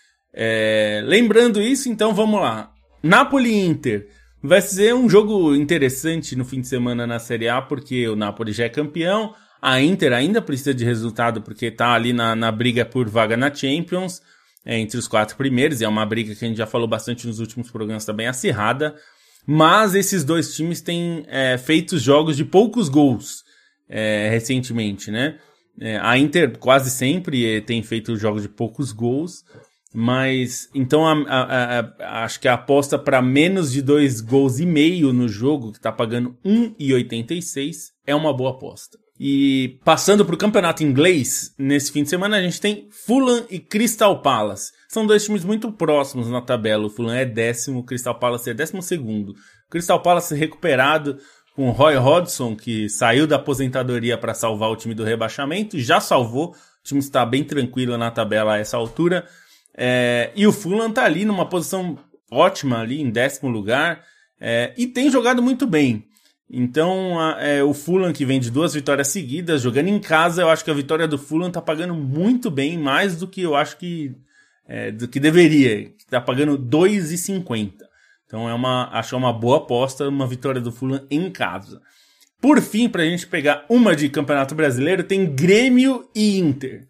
É, lembrando isso, então vamos lá. Napoli e Inter. Vai ser um jogo interessante no fim de semana na Série A, porque o Napoli já é campeão, a Inter ainda precisa de resultado, porque está ali na, na briga por vaga na Champions, é, entre os quatro primeiros, e é uma briga que a gente já falou bastante nos últimos programas, também acirrada, mas esses dois times têm é, feito jogos de poucos gols é, recentemente, né? É, a Inter quase sempre é, tem feito jogos de poucos gols, mas então a, a, a, acho que a aposta para menos de dois gols e meio no jogo, que está pagando um e oitenta e seis, é uma boa aposta. E passando para o campeonato inglês, nesse fim de semana a gente tem Fulham e Crystal Palace. São dois times muito próximos na tabela. O Fulham é décimo, o Crystal Palace é décimo segundo. O Crystal Palace recuperado com o Roy Hodgson, que saiu da aposentadoria para salvar o time do rebaixamento, já salvou. O time está bem tranquilo na tabela a essa altura. É, e o Fulham tá ali numa posição ótima, ali em décimo lugar, é, e tem jogado muito bem. Então a, é, o Fulham, que vem de duas vitórias seguidas, jogando em casa, eu acho que a vitória do Fulham tá pagando muito bem, mais do que eu acho que, é, do que deveria. Tá pagando dois reais e cinquenta. Então é uma, acho uma boa aposta, uma vitória do Fulham em casa. Por fim, pra gente pegar uma de Campeonato Brasileiro, tem Grêmio e Inter.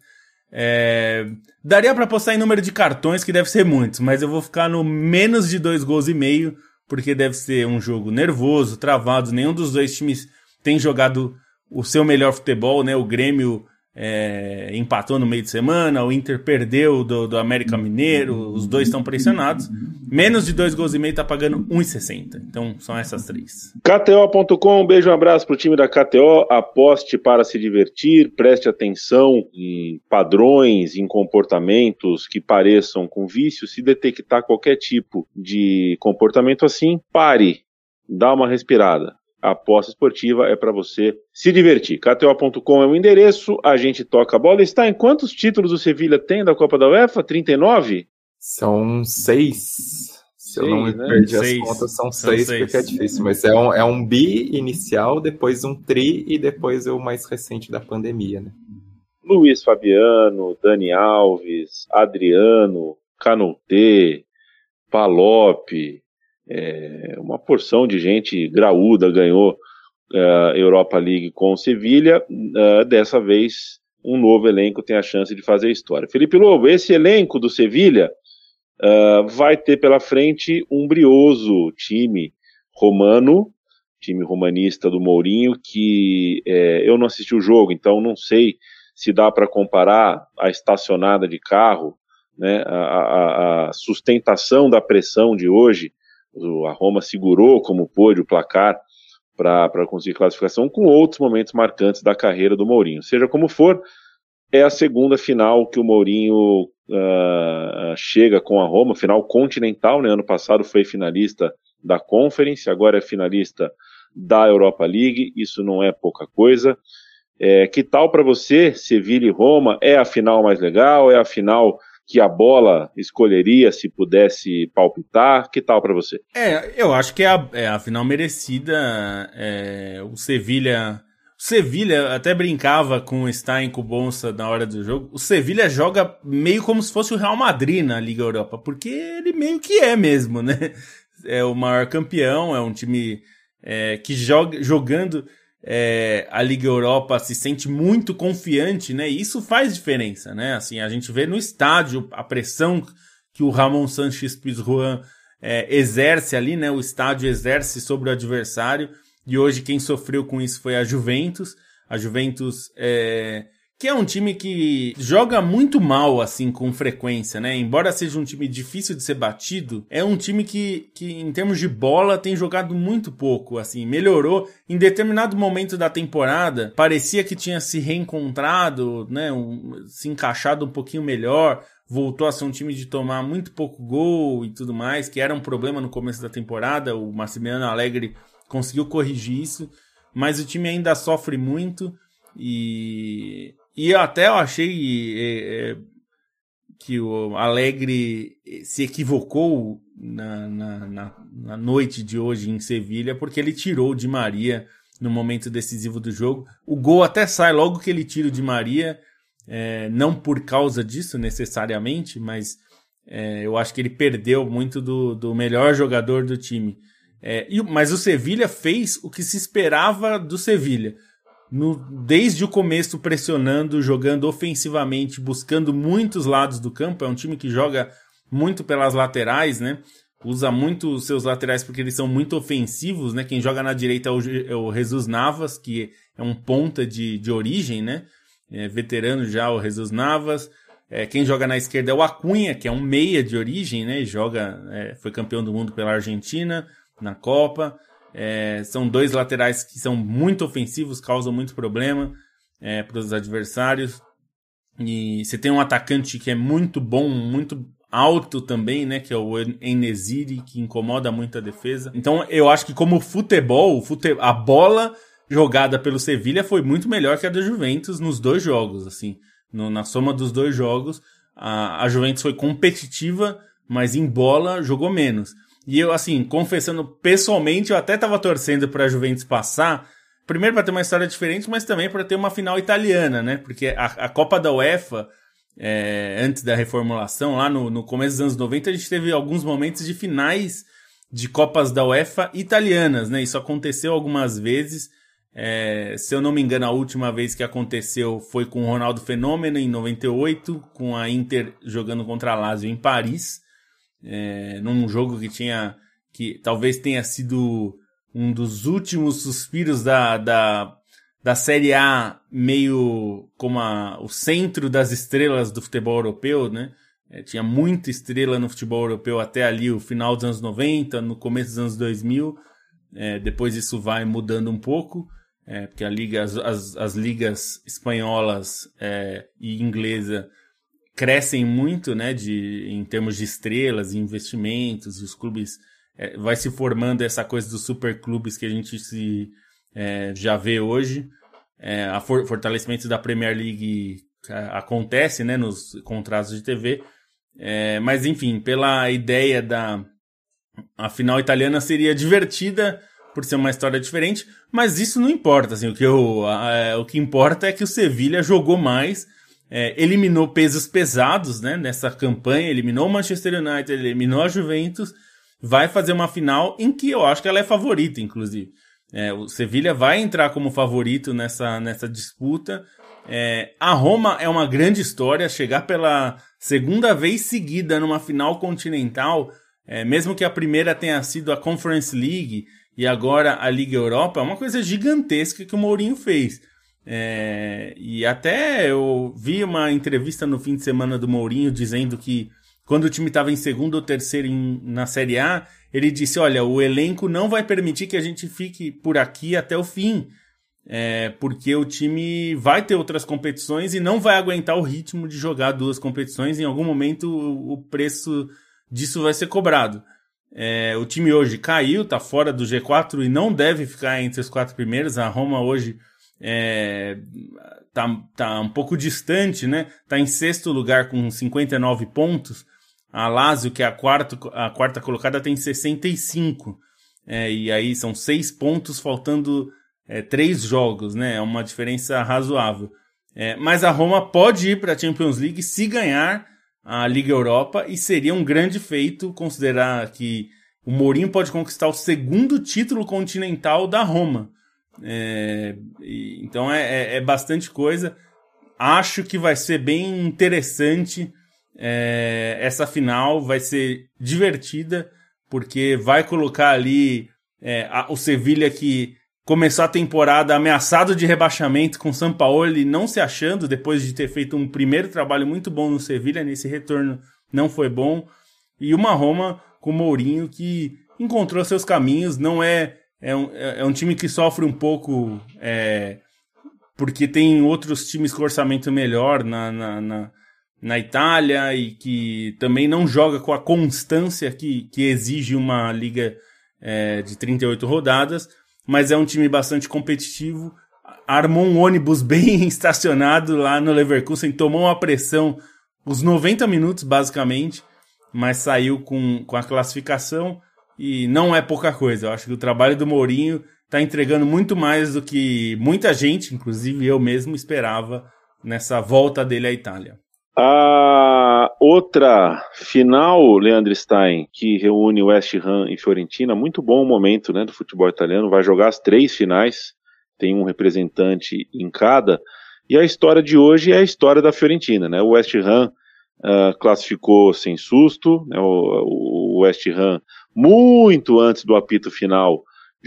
É, daria para apostar em número de cartões, que deve ser muitos, mas eu vou ficar no menos de dois gols e meio, porque deve ser um jogo nervoso, travado. Nenhum dos dois times tem jogado o seu melhor futebol, né? O Grêmio é, empatou no meio de semana, o Inter perdeu do, do América Mineiro, os dois estão pressionados. Menos de dois gols e meio tá pagando um real e sessenta. Então são essas três. K T O ponto com, um beijo, um abraço pro time da K T O. Aposte para se divertir, preste atenção em padrões, em comportamentos que pareçam com vício. Se detectar qualquer tipo de comportamento assim, pare, dá uma respirada. A aposta esportiva é para você se divertir. K T O ponto com é o endereço, a gente toca a bola. Está em quantos títulos o Sevilha tem da Copa da UEFA? trinta e nove? São seis. Se eu não me né? perdi Seis. as contas, são, São seis, seis. porque é difícil. Mas é um, é um bi inicial, depois um tri e depois o mais recente da pandemia, né? Luiz Fabiano, Dani Alves, Adriano, Canutê, Palop, é, uma porção de gente graúda ganhou a uh, Europa League com o Sevilha. Uh, dessa vez, um novo elenco tem a chance de fazer história. Felipe Lobo, esse elenco do Sevilha uh, vai ter pela frente um brioso time romano, time romanista do Mourinho, que é, eu não assisti o jogo, então não sei se dá para comparar a estacionada de carro, né, a, a, a sustentação da pressão de hoje. A Roma segurou como pôde o placar para conseguir classificação, com outros momentos marcantes da carreira do Mourinho. Seja como for, é a segunda final que o Mourinho uh, chega com a Roma, final continental, né? Ano passado foi finalista da Conference, agora é finalista da Europa League. Isso não é pouca coisa. É, que tal para você, Sevilha e Roma? É a final mais legal? É a final que a bola escolheria se pudesse palpitar? Que tal para você? É, eu acho que é a, é a final merecida. É, o Sevilha... O Sevilha até brincava com o Stein, com o Bonsa na hora do jogo. O Sevilha joga meio como se fosse o Real Madrid na Liga Europa, porque ele meio que é mesmo, né? É o maior campeão, é um time é, que joga, jogando é, a Liga Europa se sente muito confiante, né? E isso faz diferença, né? Assim, a gente vê no estádio a pressão que o Ramon Sánchez Pizjuan é, exerce ali, né? O estádio exerce sobre o adversário. E hoje quem sofreu com isso foi a Juventus. A Juventus, é, que é um time que joga muito mal, assim, com frequência, né? Embora seja um time difícil de ser batido, é um time que, que em termos de bola, tem jogado muito pouco, assim. Melhorou. Em determinado momento da temporada, parecia que tinha se reencontrado, né? Um, se encaixado um pouquinho melhor. Voltou a ser um time de tomar muito pouco gol e tudo mais, que era um problema no começo da temporada. O Massimiliano Allegri conseguiu corrigir isso, mas o time ainda sofre muito e, e até eu achei é, é, que o Alegre se equivocou na, na, na, na noite de hoje em Sevilha, porque ele tirou o Di Maria no momento decisivo do jogo. O gol até sai logo que ele tira o Di Maria, é, não por causa disso necessariamente, mas é, eu acho que ele perdeu muito do, do melhor jogador do time. É, e, mas o Sevilha fez o que se esperava do Sevilha. No, desde o começo pressionando, jogando ofensivamente, buscando muitos lados do campo. É um time que joga muito pelas laterais, né? Usa muito os seus laterais porque eles são muito ofensivos, né? Quem joga na direita é o, é o Jesus Navas, que é um ponta de, de origem, né? É veterano já o Jesus Navas. É, quem joga na esquerda é o Acunha, que é um meia de origem, né? Joga, é, foi campeão do mundo pela Argentina na Copa. É, são dois laterais que são muito ofensivos, causam muito problema é, para os adversários. E você tem um atacante que é muito bom, muito alto também, né, que é o En-Nesyri, que incomoda muito a defesa. Então eu acho que como futebol, fute... a bola jogada pelo Sevilha foi muito melhor que a da Juventus nos dois jogos. Assim, no, na soma dos dois jogos, a, a Juventus foi competitiva, mas em bola jogou menos. E eu, assim, confessando pessoalmente, eu até tava torcendo pra Juventus passar, primeiro para ter uma história diferente, mas também para ter uma final italiana, né? Porque a, a Copa da UEFA, é, antes da reformulação, lá no, no começo dos anos noventa, a gente teve alguns momentos de finais de Copas da UEFA italianas, né? Isso aconteceu algumas vezes. É, se eu não me engano, a última vez que aconteceu foi com o Ronaldo Fenômeno, em noventa e oito, com a Inter jogando contra a Lazio em Paris. É, num jogo que tinha, que talvez tenha sido um dos últimos suspiros da, da, da Série A, meio como a, o centro das estrelas do futebol europeu, né? É, tinha muita estrela no futebol europeu até ali o final dos anos noventa, no começo dos anos dois mil. É, depois isso vai mudando um pouco, é, porque a liga, as, as, as ligas espanholas é, e inglesa crescem muito, né, de, em termos de estrelas e investimentos, e os clubes, é, vai se formando essa coisa dos superclubes que a gente se, é, já vê hoje. É, a for, fortalecimento da Premier League a, acontece, né, nos contratos de T V, é, mas enfim, pela ideia da a final italiana seria divertida por ser uma história diferente, mas isso não importa, assim, o que, eu, a, o que importa é que o Sevilha jogou mais. É, eliminou pesos pesados, né, nessa campanha, eliminou o Manchester United, eliminou a Juventus, vai fazer uma final em que eu acho que ela é favorita, inclusive. É, o Sevilha vai entrar como favorito nessa, nessa disputa. É, a Roma é uma grande história, chegar pela segunda vez seguida numa final continental, é, mesmo que a primeira tenha sido a Conference League e agora a Liga Europa, é uma coisa gigantesca que o Mourinho fez. É, e até eu vi uma entrevista no fim de semana do Mourinho dizendo que quando o time estava em segundo ou terceiro em, na Série A, ele disse, olha, o elenco não vai permitir que a gente fique por aqui até o fim, é, porque o time vai ter outras competições e não vai aguentar o ritmo de jogar duas competições. Em algum momento o, o preço disso vai ser cobrado. É, o time hoje caiu, está fora do G quatro e não deve ficar entre os quatro primeiros. A Roma hoje É, tá, tá um pouco distante, né? Tá em sexto lugar com cinquenta e nove pontos. A Lazio, que é a quarta, a quarta colocada, tem sessenta e cinco. É, e aí são seis pontos, faltando é, três jogos, né? É uma diferença razoável. É, mas a Roma pode ir para a Champions League se ganhar a Liga Europa, e seria um grande feito considerar que o Mourinho pode conquistar o segundo título continental da Roma. É, e, então é, é, é bastante coisa. Acho que vai ser bem interessante, é, essa final, vai ser divertida, porque vai colocar ali é, a, o Sevilha, que começou a temporada ameaçado de rebaixamento com o Sampaoli não se achando, depois de ter feito um primeiro trabalho muito bom no Sevilha. Nesse retorno não foi bom, e uma Roma com o Mourinho que encontrou seus caminhos. Não é É um, é um time que sofre um pouco, é, porque tem outros times com orçamento melhor na, na, na, na Itália, e que também não joga com a constância que, que exige uma liga é, de trinta e oito rodadas, mas é um time bastante competitivo. Armou um ônibus bem estacionado lá no Leverkusen, tomou uma pressão os noventa minutos, basicamente, mas saiu com, com a classificação, e não é pouca coisa. Eu acho que o trabalho do Mourinho está entregando muito mais do que muita gente, inclusive eu mesmo, esperava nessa volta dele à Itália. A outra final, Leandro Stein, que reúne West Ham e Fiorentina, muito bom momento, né, do futebol italiano, vai jogar as três finais, tem um representante em cada, e a história de hoje é a história da Fiorentina, né? O West Ham uh, classificou sem susto, né? o, o West Ham, muito antes do apito final,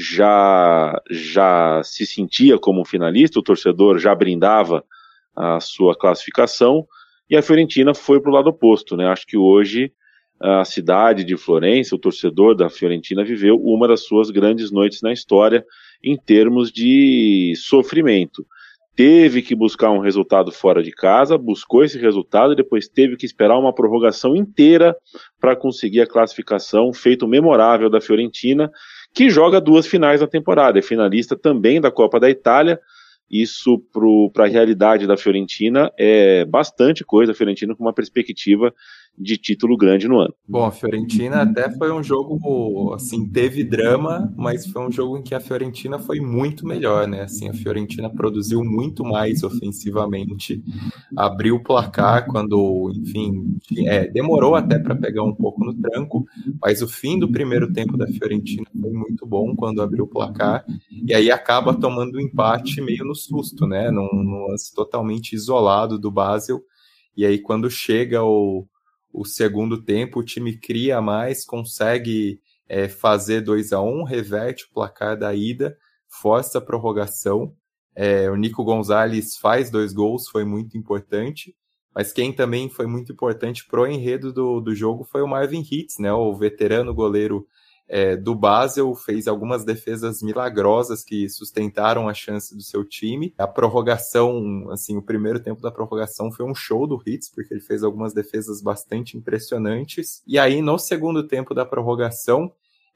já, já se sentia como finalista, o torcedor já brindava a sua classificação, e a Fiorentina foi para o lado oposto, né? Acho que hoje a cidade de Florença, o torcedor da Fiorentina, viveu uma das suas grandes noites na história em termos de sofrimento. Teve que buscar um resultado fora de casa, buscou esse resultado e depois teve que esperar uma prorrogação inteira para conseguir a classificação, feito memorável da Fiorentina, que joga duas finais na temporada, é finalista também da Copa da Itália. Isso para a realidade da Fiorentina é bastante coisa, a Fiorentina com uma perspectiva de título grande no ano. Bom, a Fiorentina até foi um jogo, assim, teve drama, mas foi um jogo em que a Fiorentina foi muito melhor, né? Assim, a Fiorentina produziu muito mais ofensivamente, abriu o placar quando, enfim, é, demorou até para pegar um pouco no tranco, mas o fim do primeiro tempo da Fiorentina foi muito bom quando abriu o placar, e aí acaba tomando um empate meio no susto, né? Num, num lance totalmente isolado do Basel, e aí quando chega o O segundo tempo, o time cria mais, consegue é, fazer dois a um, reverte o placar da ida, força a prorrogação. É, o Nico Gonzalez faz dois gols, foi muito importante. Mas quem também foi muito importante pro enredo do, do jogo foi o Marvin Hitz, né? O veterano goleiro é, do Basel, fez algumas defesas milagrosas que sustentaram a chance do seu time. A prorrogação, assim, o primeiro tempo da prorrogação foi um show do Hitz, porque ele fez algumas defesas bastante impressionantes. E aí, no segundo tempo da prorrogação,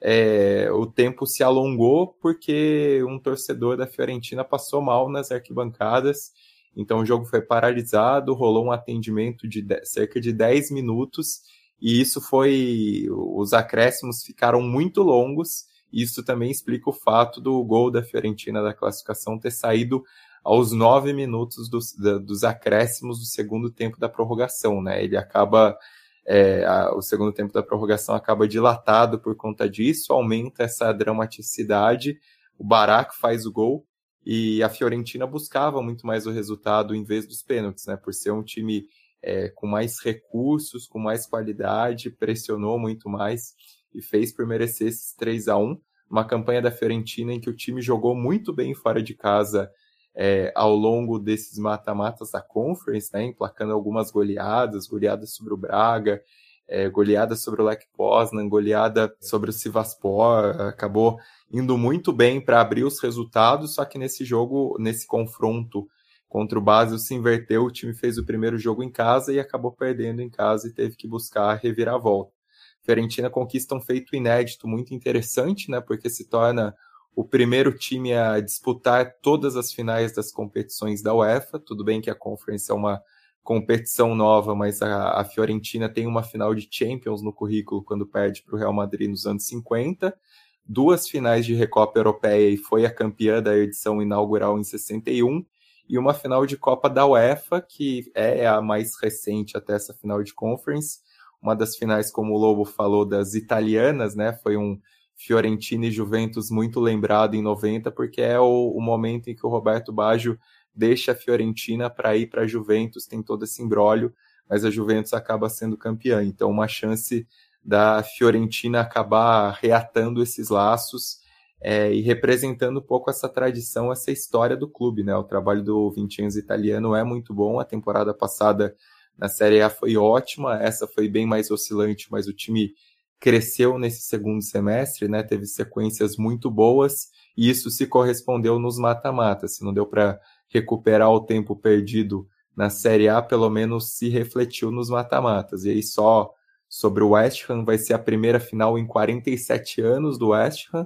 é, o tempo se alongou porque um torcedor da Fiorentina passou mal nas arquibancadas. Então o jogo foi paralisado, rolou um atendimento de cerca de dez minutos, e isso foi... os acréscimos ficaram muito longos, e isso também explica o fato do gol da Fiorentina da classificação ter saído aos nove minutos dos, dos acréscimos do segundo tempo da prorrogação, né? Ele acaba... É, a, o segundo tempo da prorrogação acaba dilatado por conta disso, aumenta essa dramaticidade, o Barak faz o gol, e a Fiorentina buscava muito mais o resultado em vez dos pênaltis, né? Por ser um time é, com mais recursos, com mais qualidade, pressionou muito mais e fez por merecer esses três a um. Uma campanha da Fiorentina em que o time jogou muito bem fora de casa é, ao longo desses mata-matas da Conference, né? Emplacando algumas goleadas, goleadas sobre o Braga, é, goleada sobre o Lech Poznan, goleada sobre o Sivasspor, acabou indo muito bem para abrir os resultados, só que nesse jogo, nesse confronto contra o Basel, se inverteu, o time fez o primeiro jogo em casa e acabou perdendo em casa e teve que buscar a reviravolta. Fiorentina conquista um feito inédito muito interessante, né, porque se torna o primeiro time a disputar todas as finais das competições da UEFA. Tudo bem que a Conference é uma competição nova, mas a, a Fiorentina tem uma final de Champions no currículo quando perde para o Real Madrid nos anos cinquenta, duas finais de Recopa Europeia e foi a campeã da edição inaugural em sessenta e um, e uma final de Copa da UEFA, que é a mais recente até essa final de Conference, uma das finais, como o Lobo falou, das italianas, né? Foi um Fiorentina e Juventus muito lembrado em noventa, porque é o, o momento em que o Roberto Baggio deixa a Fiorentina para ir para a Juventus, tem todo esse imbróglio, mas a Juventus acaba sendo campeã, então uma chance da Fiorentina acabar reatando esses laços é, e representando um pouco essa tradição, essa história do clube, né? O trabalho do Vincenzo italiano é muito bom, a temporada passada na Série A foi ótima, essa foi bem mais oscilante, mas o time cresceu nesse segundo semestre, né? Teve sequências muito boas, e isso se correspondeu nos mata-matas. Se não deu para recuperar o tempo perdido na Série A, pelo menos se refletiu nos mata-matas. E aí só sobre o West Ham, vai ser a primeira final em quarenta e sete anos do West Ham.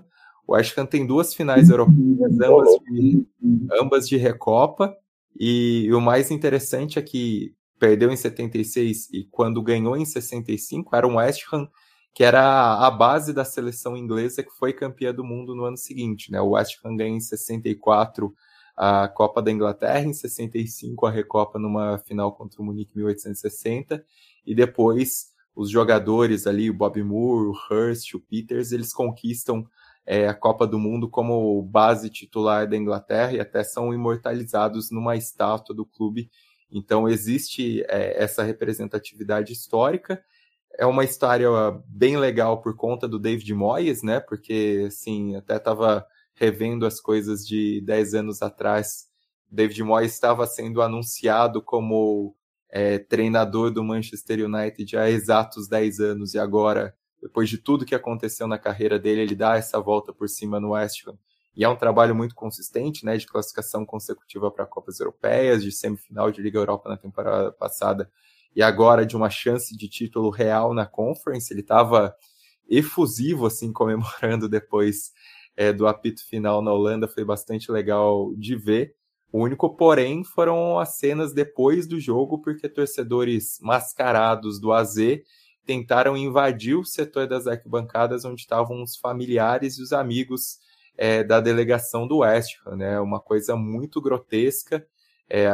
o West Ham tem duas finais europeias, ambas de, ambas de Recopa, e, e o mais interessante é que perdeu em setenta e seis e quando ganhou em sessenta e cinco era um West Ham que era a base da seleção inglesa que foi campeã do mundo no ano seguinte, né? O West Ham ganhou em sessenta e quatro a Copa da Inglaterra, em sessenta e cinco a Recopa numa final contra o Munique mil oitocentos e sessenta, e depois os jogadores ali, o Bobby Moore, o Hurst, o Peters, eles conquistam é, a Copa do Mundo como base titular da Inglaterra e até são imortalizados numa estátua do clube. Então existe é, essa representatividade histórica. É uma história bem legal por conta do David Moyes, né? Porque, assim, até estava revendo as coisas de dez anos atrás. David Moyes estava sendo anunciado como é, treinador do Manchester United há exatos dez anos. E agora, depois de tudo que aconteceu na carreira dele, ele dá essa volta por cima no West Ham. E é um trabalho muito consistente, né? De classificação consecutiva para Copas Europeias, de semifinal de Liga Europa na temporada passada. E agora de uma chance de título real na Conference. Ele estava efusivo, assim, comemorando depois é, do apito final na Holanda. Foi bastante legal de ver. O único porém foram as cenas depois do jogo, porque torcedores mascarados do A Z tentaram invadir o setor das arquibancadas onde estavam os familiares e os amigos é, da delegação do West Ham, né? Uma coisa muito grotesca. É,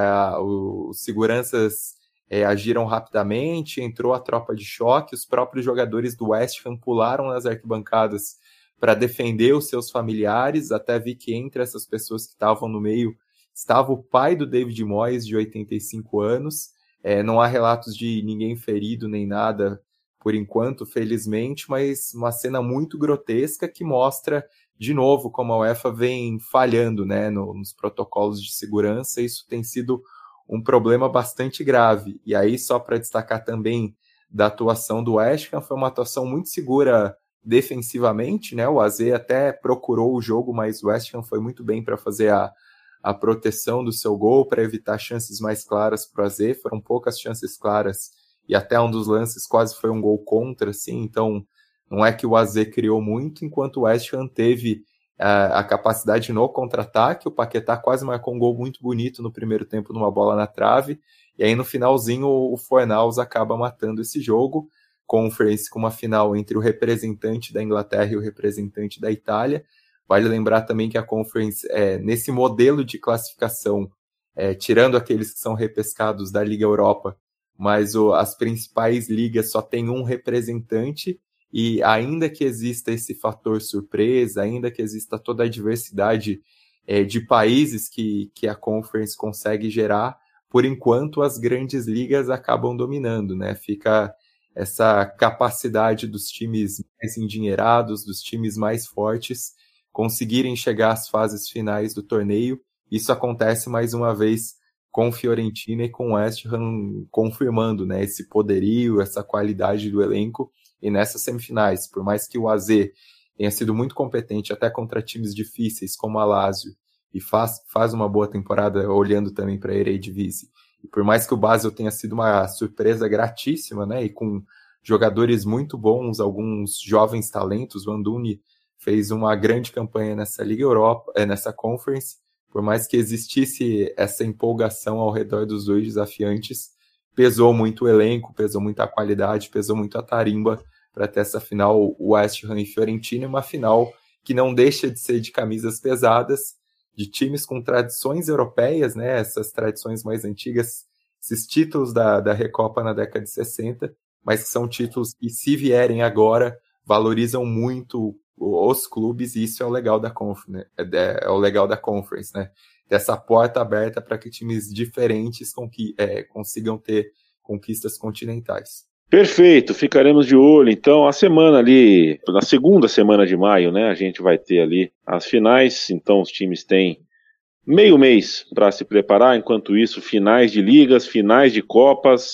os seguranças É, agiram rapidamente, entrou a tropa de choque, os próprios jogadores do West Ham pularam nas arquibancadas para defender os seus familiares, até vi que entre essas pessoas que estavam no meio estava o pai do David Moyes, de oitenta e cinco anos, é, não há relatos de ninguém ferido nem nada por enquanto, felizmente, mas uma cena muito grotesca que mostra de novo como a UEFA vem falhando, né, no, nos protocolos de segurança. Isso tem sido um problema bastante grave. E aí, só para destacar também da atuação do West Ham, foi uma atuação muito segura defensivamente, né? O A Z até procurou o jogo, mas o West Ham foi muito bem para fazer a, a proteção do seu gol, para evitar chances mais claras para o A Z. Foram poucas chances claras, e até um dos lances quase foi um gol contra, assim. Então, não é que o A Z criou muito, enquanto o West Ham teve a capacidade no contra-ataque. O Paquetá quase marcou um gol muito bonito no primeiro tempo numa bola na trave, e aí no finalzinho o Fornals acaba matando esse jogo. Conference com uma final entre o representante da Inglaterra e o representante da Itália. Vale lembrar também que a Conference, é, nesse modelo de classificação, é, tirando aqueles que são repescados da Liga Europa, mas o, as principais ligas só tem um representante. E ainda que exista esse fator surpresa, ainda que exista toda a diversidade é, de países que, que a Conference consegue gerar, por enquanto as grandes ligas acabam dominando, né? Fica essa capacidade dos times mais endinheirados, dos times mais fortes, conseguirem chegar às fases finais do torneio. Isso acontece mais uma vez com Fiorentina e com West Ham confirmando, né, esse poderio, essa qualidade do elenco. E nessas semifinais, por mais que o A Z tenha sido muito competente até contra times difíceis como a Lazio, e faz, faz uma boa temporada olhando também para a Eredivisie, e por mais que o Basel tenha sido uma surpresa gratíssima, né, e com jogadores muito bons, alguns jovens talentos, o Anduni fez uma grande campanha nessa Liga Europa, nessa Conference, por mais que existisse essa empolgação ao redor dos dois desafiantes, pesou muito o elenco, pesou muito a qualidade, pesou muito a tarimba para ter essa final, o West Ham e Fiorentina, uma final que não deixa de ser de camisas pesadas, de times com tradições europeias, né, essas tradições mais antigas, esses títulos da, da Recopa na década de sessenta, mas que são títulos que, se vierem agora, valorizam muito os clubes, e isso é o legal da Conference, né? é, é o legal da Conference, né? Dessa porta aberta para que times diferentes conqui- é, consigam ter conquistas continentais. Perfeito, ficaremos de olho. Então, a semana ali, na segunda semana de maio, né, a gente vai ter ali as finais. Então, os times têm meio mês para se preparar. Enquanto isso, finais de ligas, finais de copas,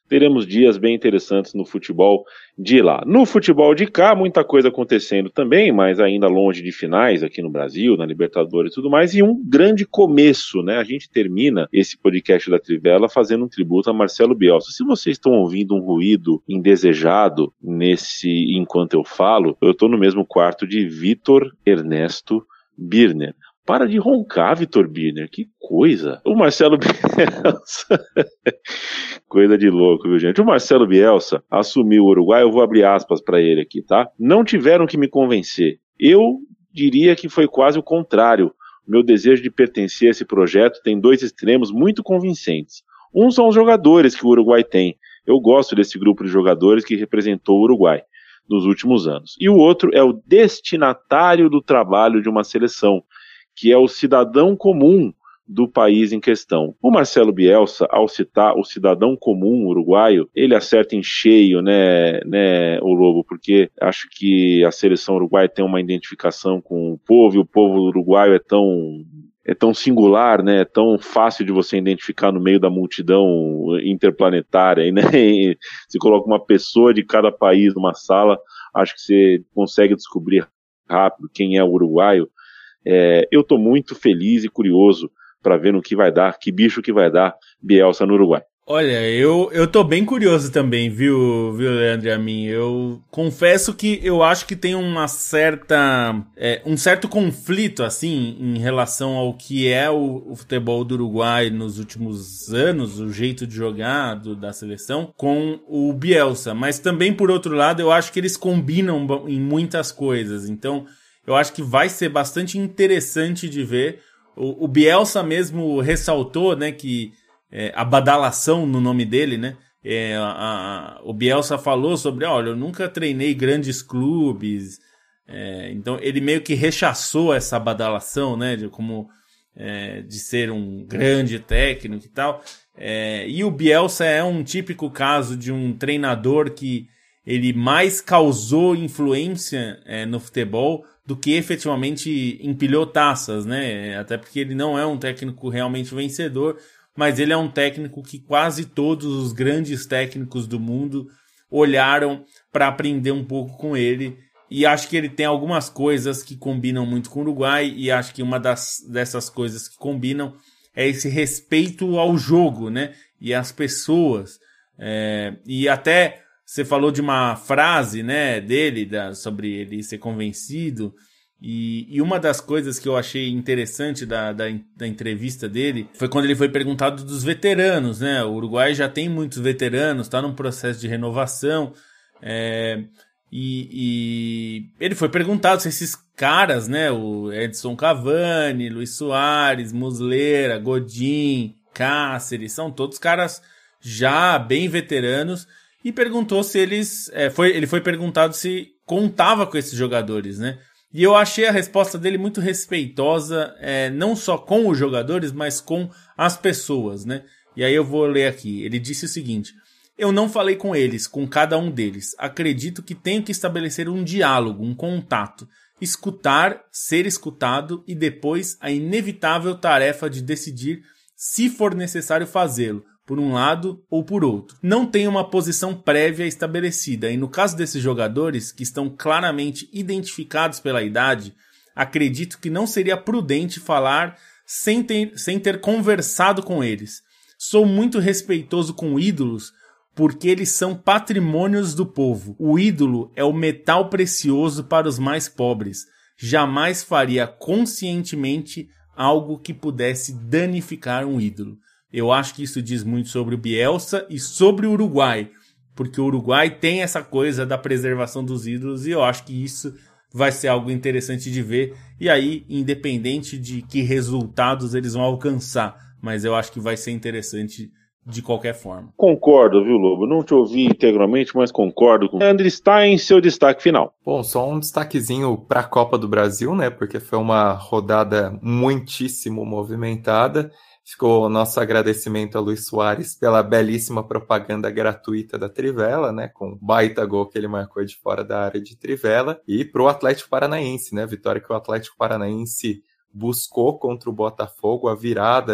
teremos dias bem interessantes no futebol de lá. No futebol de cá, muita coisa acontecendo também, mas ainda longe de finais aqui no Brasil, na Libertadores e tudo mais, e um grande começo, né? A gente termina esse podcast da Trivela fazendo um tributo a Marcelo Bielsa. Se vocês estão ouvindo um ruído indesejado nesse enquanto eu falo, eu estou no mesmo quarto de Vitor Ernesto Birner. Para de roncar, Vitor Birner, que coisa. O Marcelo Bielsa, coisa de louco, viu, gente? O Marcelo Bielsa assumiu o Uruguai, eu vou abrir aspas para ele aqui, tá? Não tiveram que me convencer. Eu diria que foi quase o contrário. O meu desejo de pertencer a esse projeto tem dois extremos muito convincentes. Um são os jogadores que o Uruguai tem. Eu gosto desse grupo de jogadores que representou o Uruguai nos últimos anos. E o outro é o destinatário do trabalho de uma seleção, que é o cidadão comum do país em questão. O Marcelo Bielsa, ao citar o cidadão comum uruguaio, ele acerta em cheio, né, né, o Lobo, porque acho que a seleção uruguaia tem uma identificação com o povo, e o povo uruguaio é tão, é tão singular, né, é tão fácil de você identificar no meio da multidão interplanetária, né, e você coloca uma pessoa de cada país numa sala, acho que você consegue descobrir rápido quem é o uruguaio. É, eu estou muito feliz e curioso para ver no que vai dar, que bicho que vai dar Bielsa no Uruguai. Olha, eu, eu tô bem curioso também, viu, viu, Leandro e a mim? Eu confesso que eu acho que tem uma certa, é, um certo conflito, assim, em relação ao que é o, o futebol do Uruguai nos últimos anos, o jeito de jogar do, da seleção, com o Bielsa. Mas também, por outro lado, eu acho que eles combinam em muitas coisas. Então, eu acho que vai ser bastante interessante de ver. O, o Bielsa mesmo ressaltou, né, que é, a badalação no nome dele, né? É, a, a, o Bielsa falou sobre, olha, eu nunca treinei grandes clubes. É, então ele meio que rechaçou essa badalação, né? De, como é, de ser um grande técnico e tal. É, e o Bielsa é um típico caso de um treinador que ele mais causou influência é, no futebol do que efetivamente empilhou taças, né? Até porque ele não é um técnico realmente vencedor, mas ele é um técnico que quase todos os grandes técnicos do mundo olharam para aprender um pouco com ele, e acho que ele tem algumas coisas que combinam muito com o Uruguai, e acho que uma das, dessas coisas que combinam é esse respeito ao jogo, né? E às pessoas. É, e até... Você falou de uma frase, né, dele, da, sobre ele ser convencido, e, e uma das coisas que eu achei interessante da, da, da entrevista dele foi quando ele foi perguntado dos veteranos, né? O Uruguai já tem muitos veteranos, está num processo de renovação, é, e, e ele foi perguntado se esses caras, né, o Edson Cavani, Luis Soares, Muslera, Godin, Cáceres, são todos caras já bem veteranos, e perguntou se eles... É, foi, ele foi perguntado se contava com esses jogadores, né? E eu achei a resposta dele muito respeitosa, é, não só com os jogadores, mas com as pessoas, né? E aí eu vou ler aqui. Ele disse o seguinte: eu não falei com eles, com cada um deles. Acredito que tenho que estabelecer um diálogo, um contato. Escutar, ser escutado e depois a inevitável tarefa de decidir se for necessário fazê-lo, por um lado ou por outro. Não tem uma posição prévia estabelecida, e no caso desses jogadores, que estão claramente identificados pela idade, acredito que não seria prudente falar sem ter, sem ter conversado com eles. Sou muito respeitoso com ídolos, porque eles são patrimônios do povo. O ídolo é o metal precioso para os mais pobres. Jamais faria conscientemente algo que pudesse danificar um ídolo. Eu acho que isso diz muito sobre o Bielsa e sobre o Uruguai, porque o Uruguai tem essa coisa da preservação dos ídolos, e eu acho que isso vai ser algo interessante de ver. E aí, independente de que resultados eles vão alcançar, mas eu acho que vai ser interessante de qualquer forma. Concordo, viu, Lobo? Não te ouvi integralmente, mas concordo com o Leandro Stein, seu destaque final. Bom, só um destaquezinho para a Copa do Brasil, né? Porque foi uma rodada muitíssimo movimentada. Ficou nosso agradecimento a Luis Soares pela belíssima propaganda gratuita da Trivela, né, com o baita gol que ele marcou de fora da área de Trivela, e pro Atlético Paranaense, né, vitória que o Atlético Paranaense buscou contra o Botafogo, a virada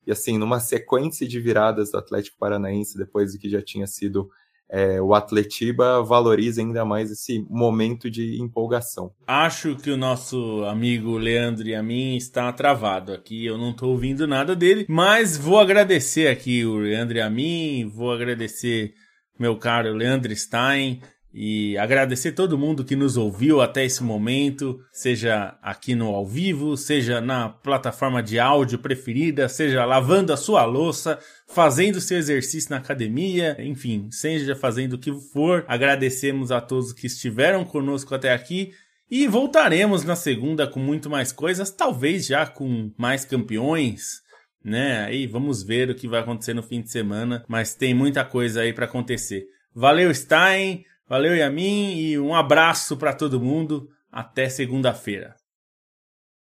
E assim, numa sequência de viradas do Atlético Paranaense, depois do que já tinha sido é, o Atletiba, valoriza ainda mais esse momento de empolgação. Acho que o nosso amigo Leandro e a mim está travado aqui, eu não estou ouvindo nada dele, mas vou agradecer aqui o Leandro e a mim, vou agradecer meu caro Leandro Stein, e agradecer todo mundo que nos ouviu até esse momento, seja aqui no ao vivo, seja na plataforma de áudio preferida, seja lavando a sua louça, fazendo seu exercício na academia, enfim, seja fazendo o que for. Agradecemos a todos que estiveram conosco até aqui e voltaremos na segunda com muito mais coisas, talvez já com mais campeões, né? Aí vamos ver o que vai acontecer no fim de semana, mas tem muita coisa aí para acontecer. Valeu, Stein! Valeu, Yamin, e um abraço para todo mundo. Até segunda-feira.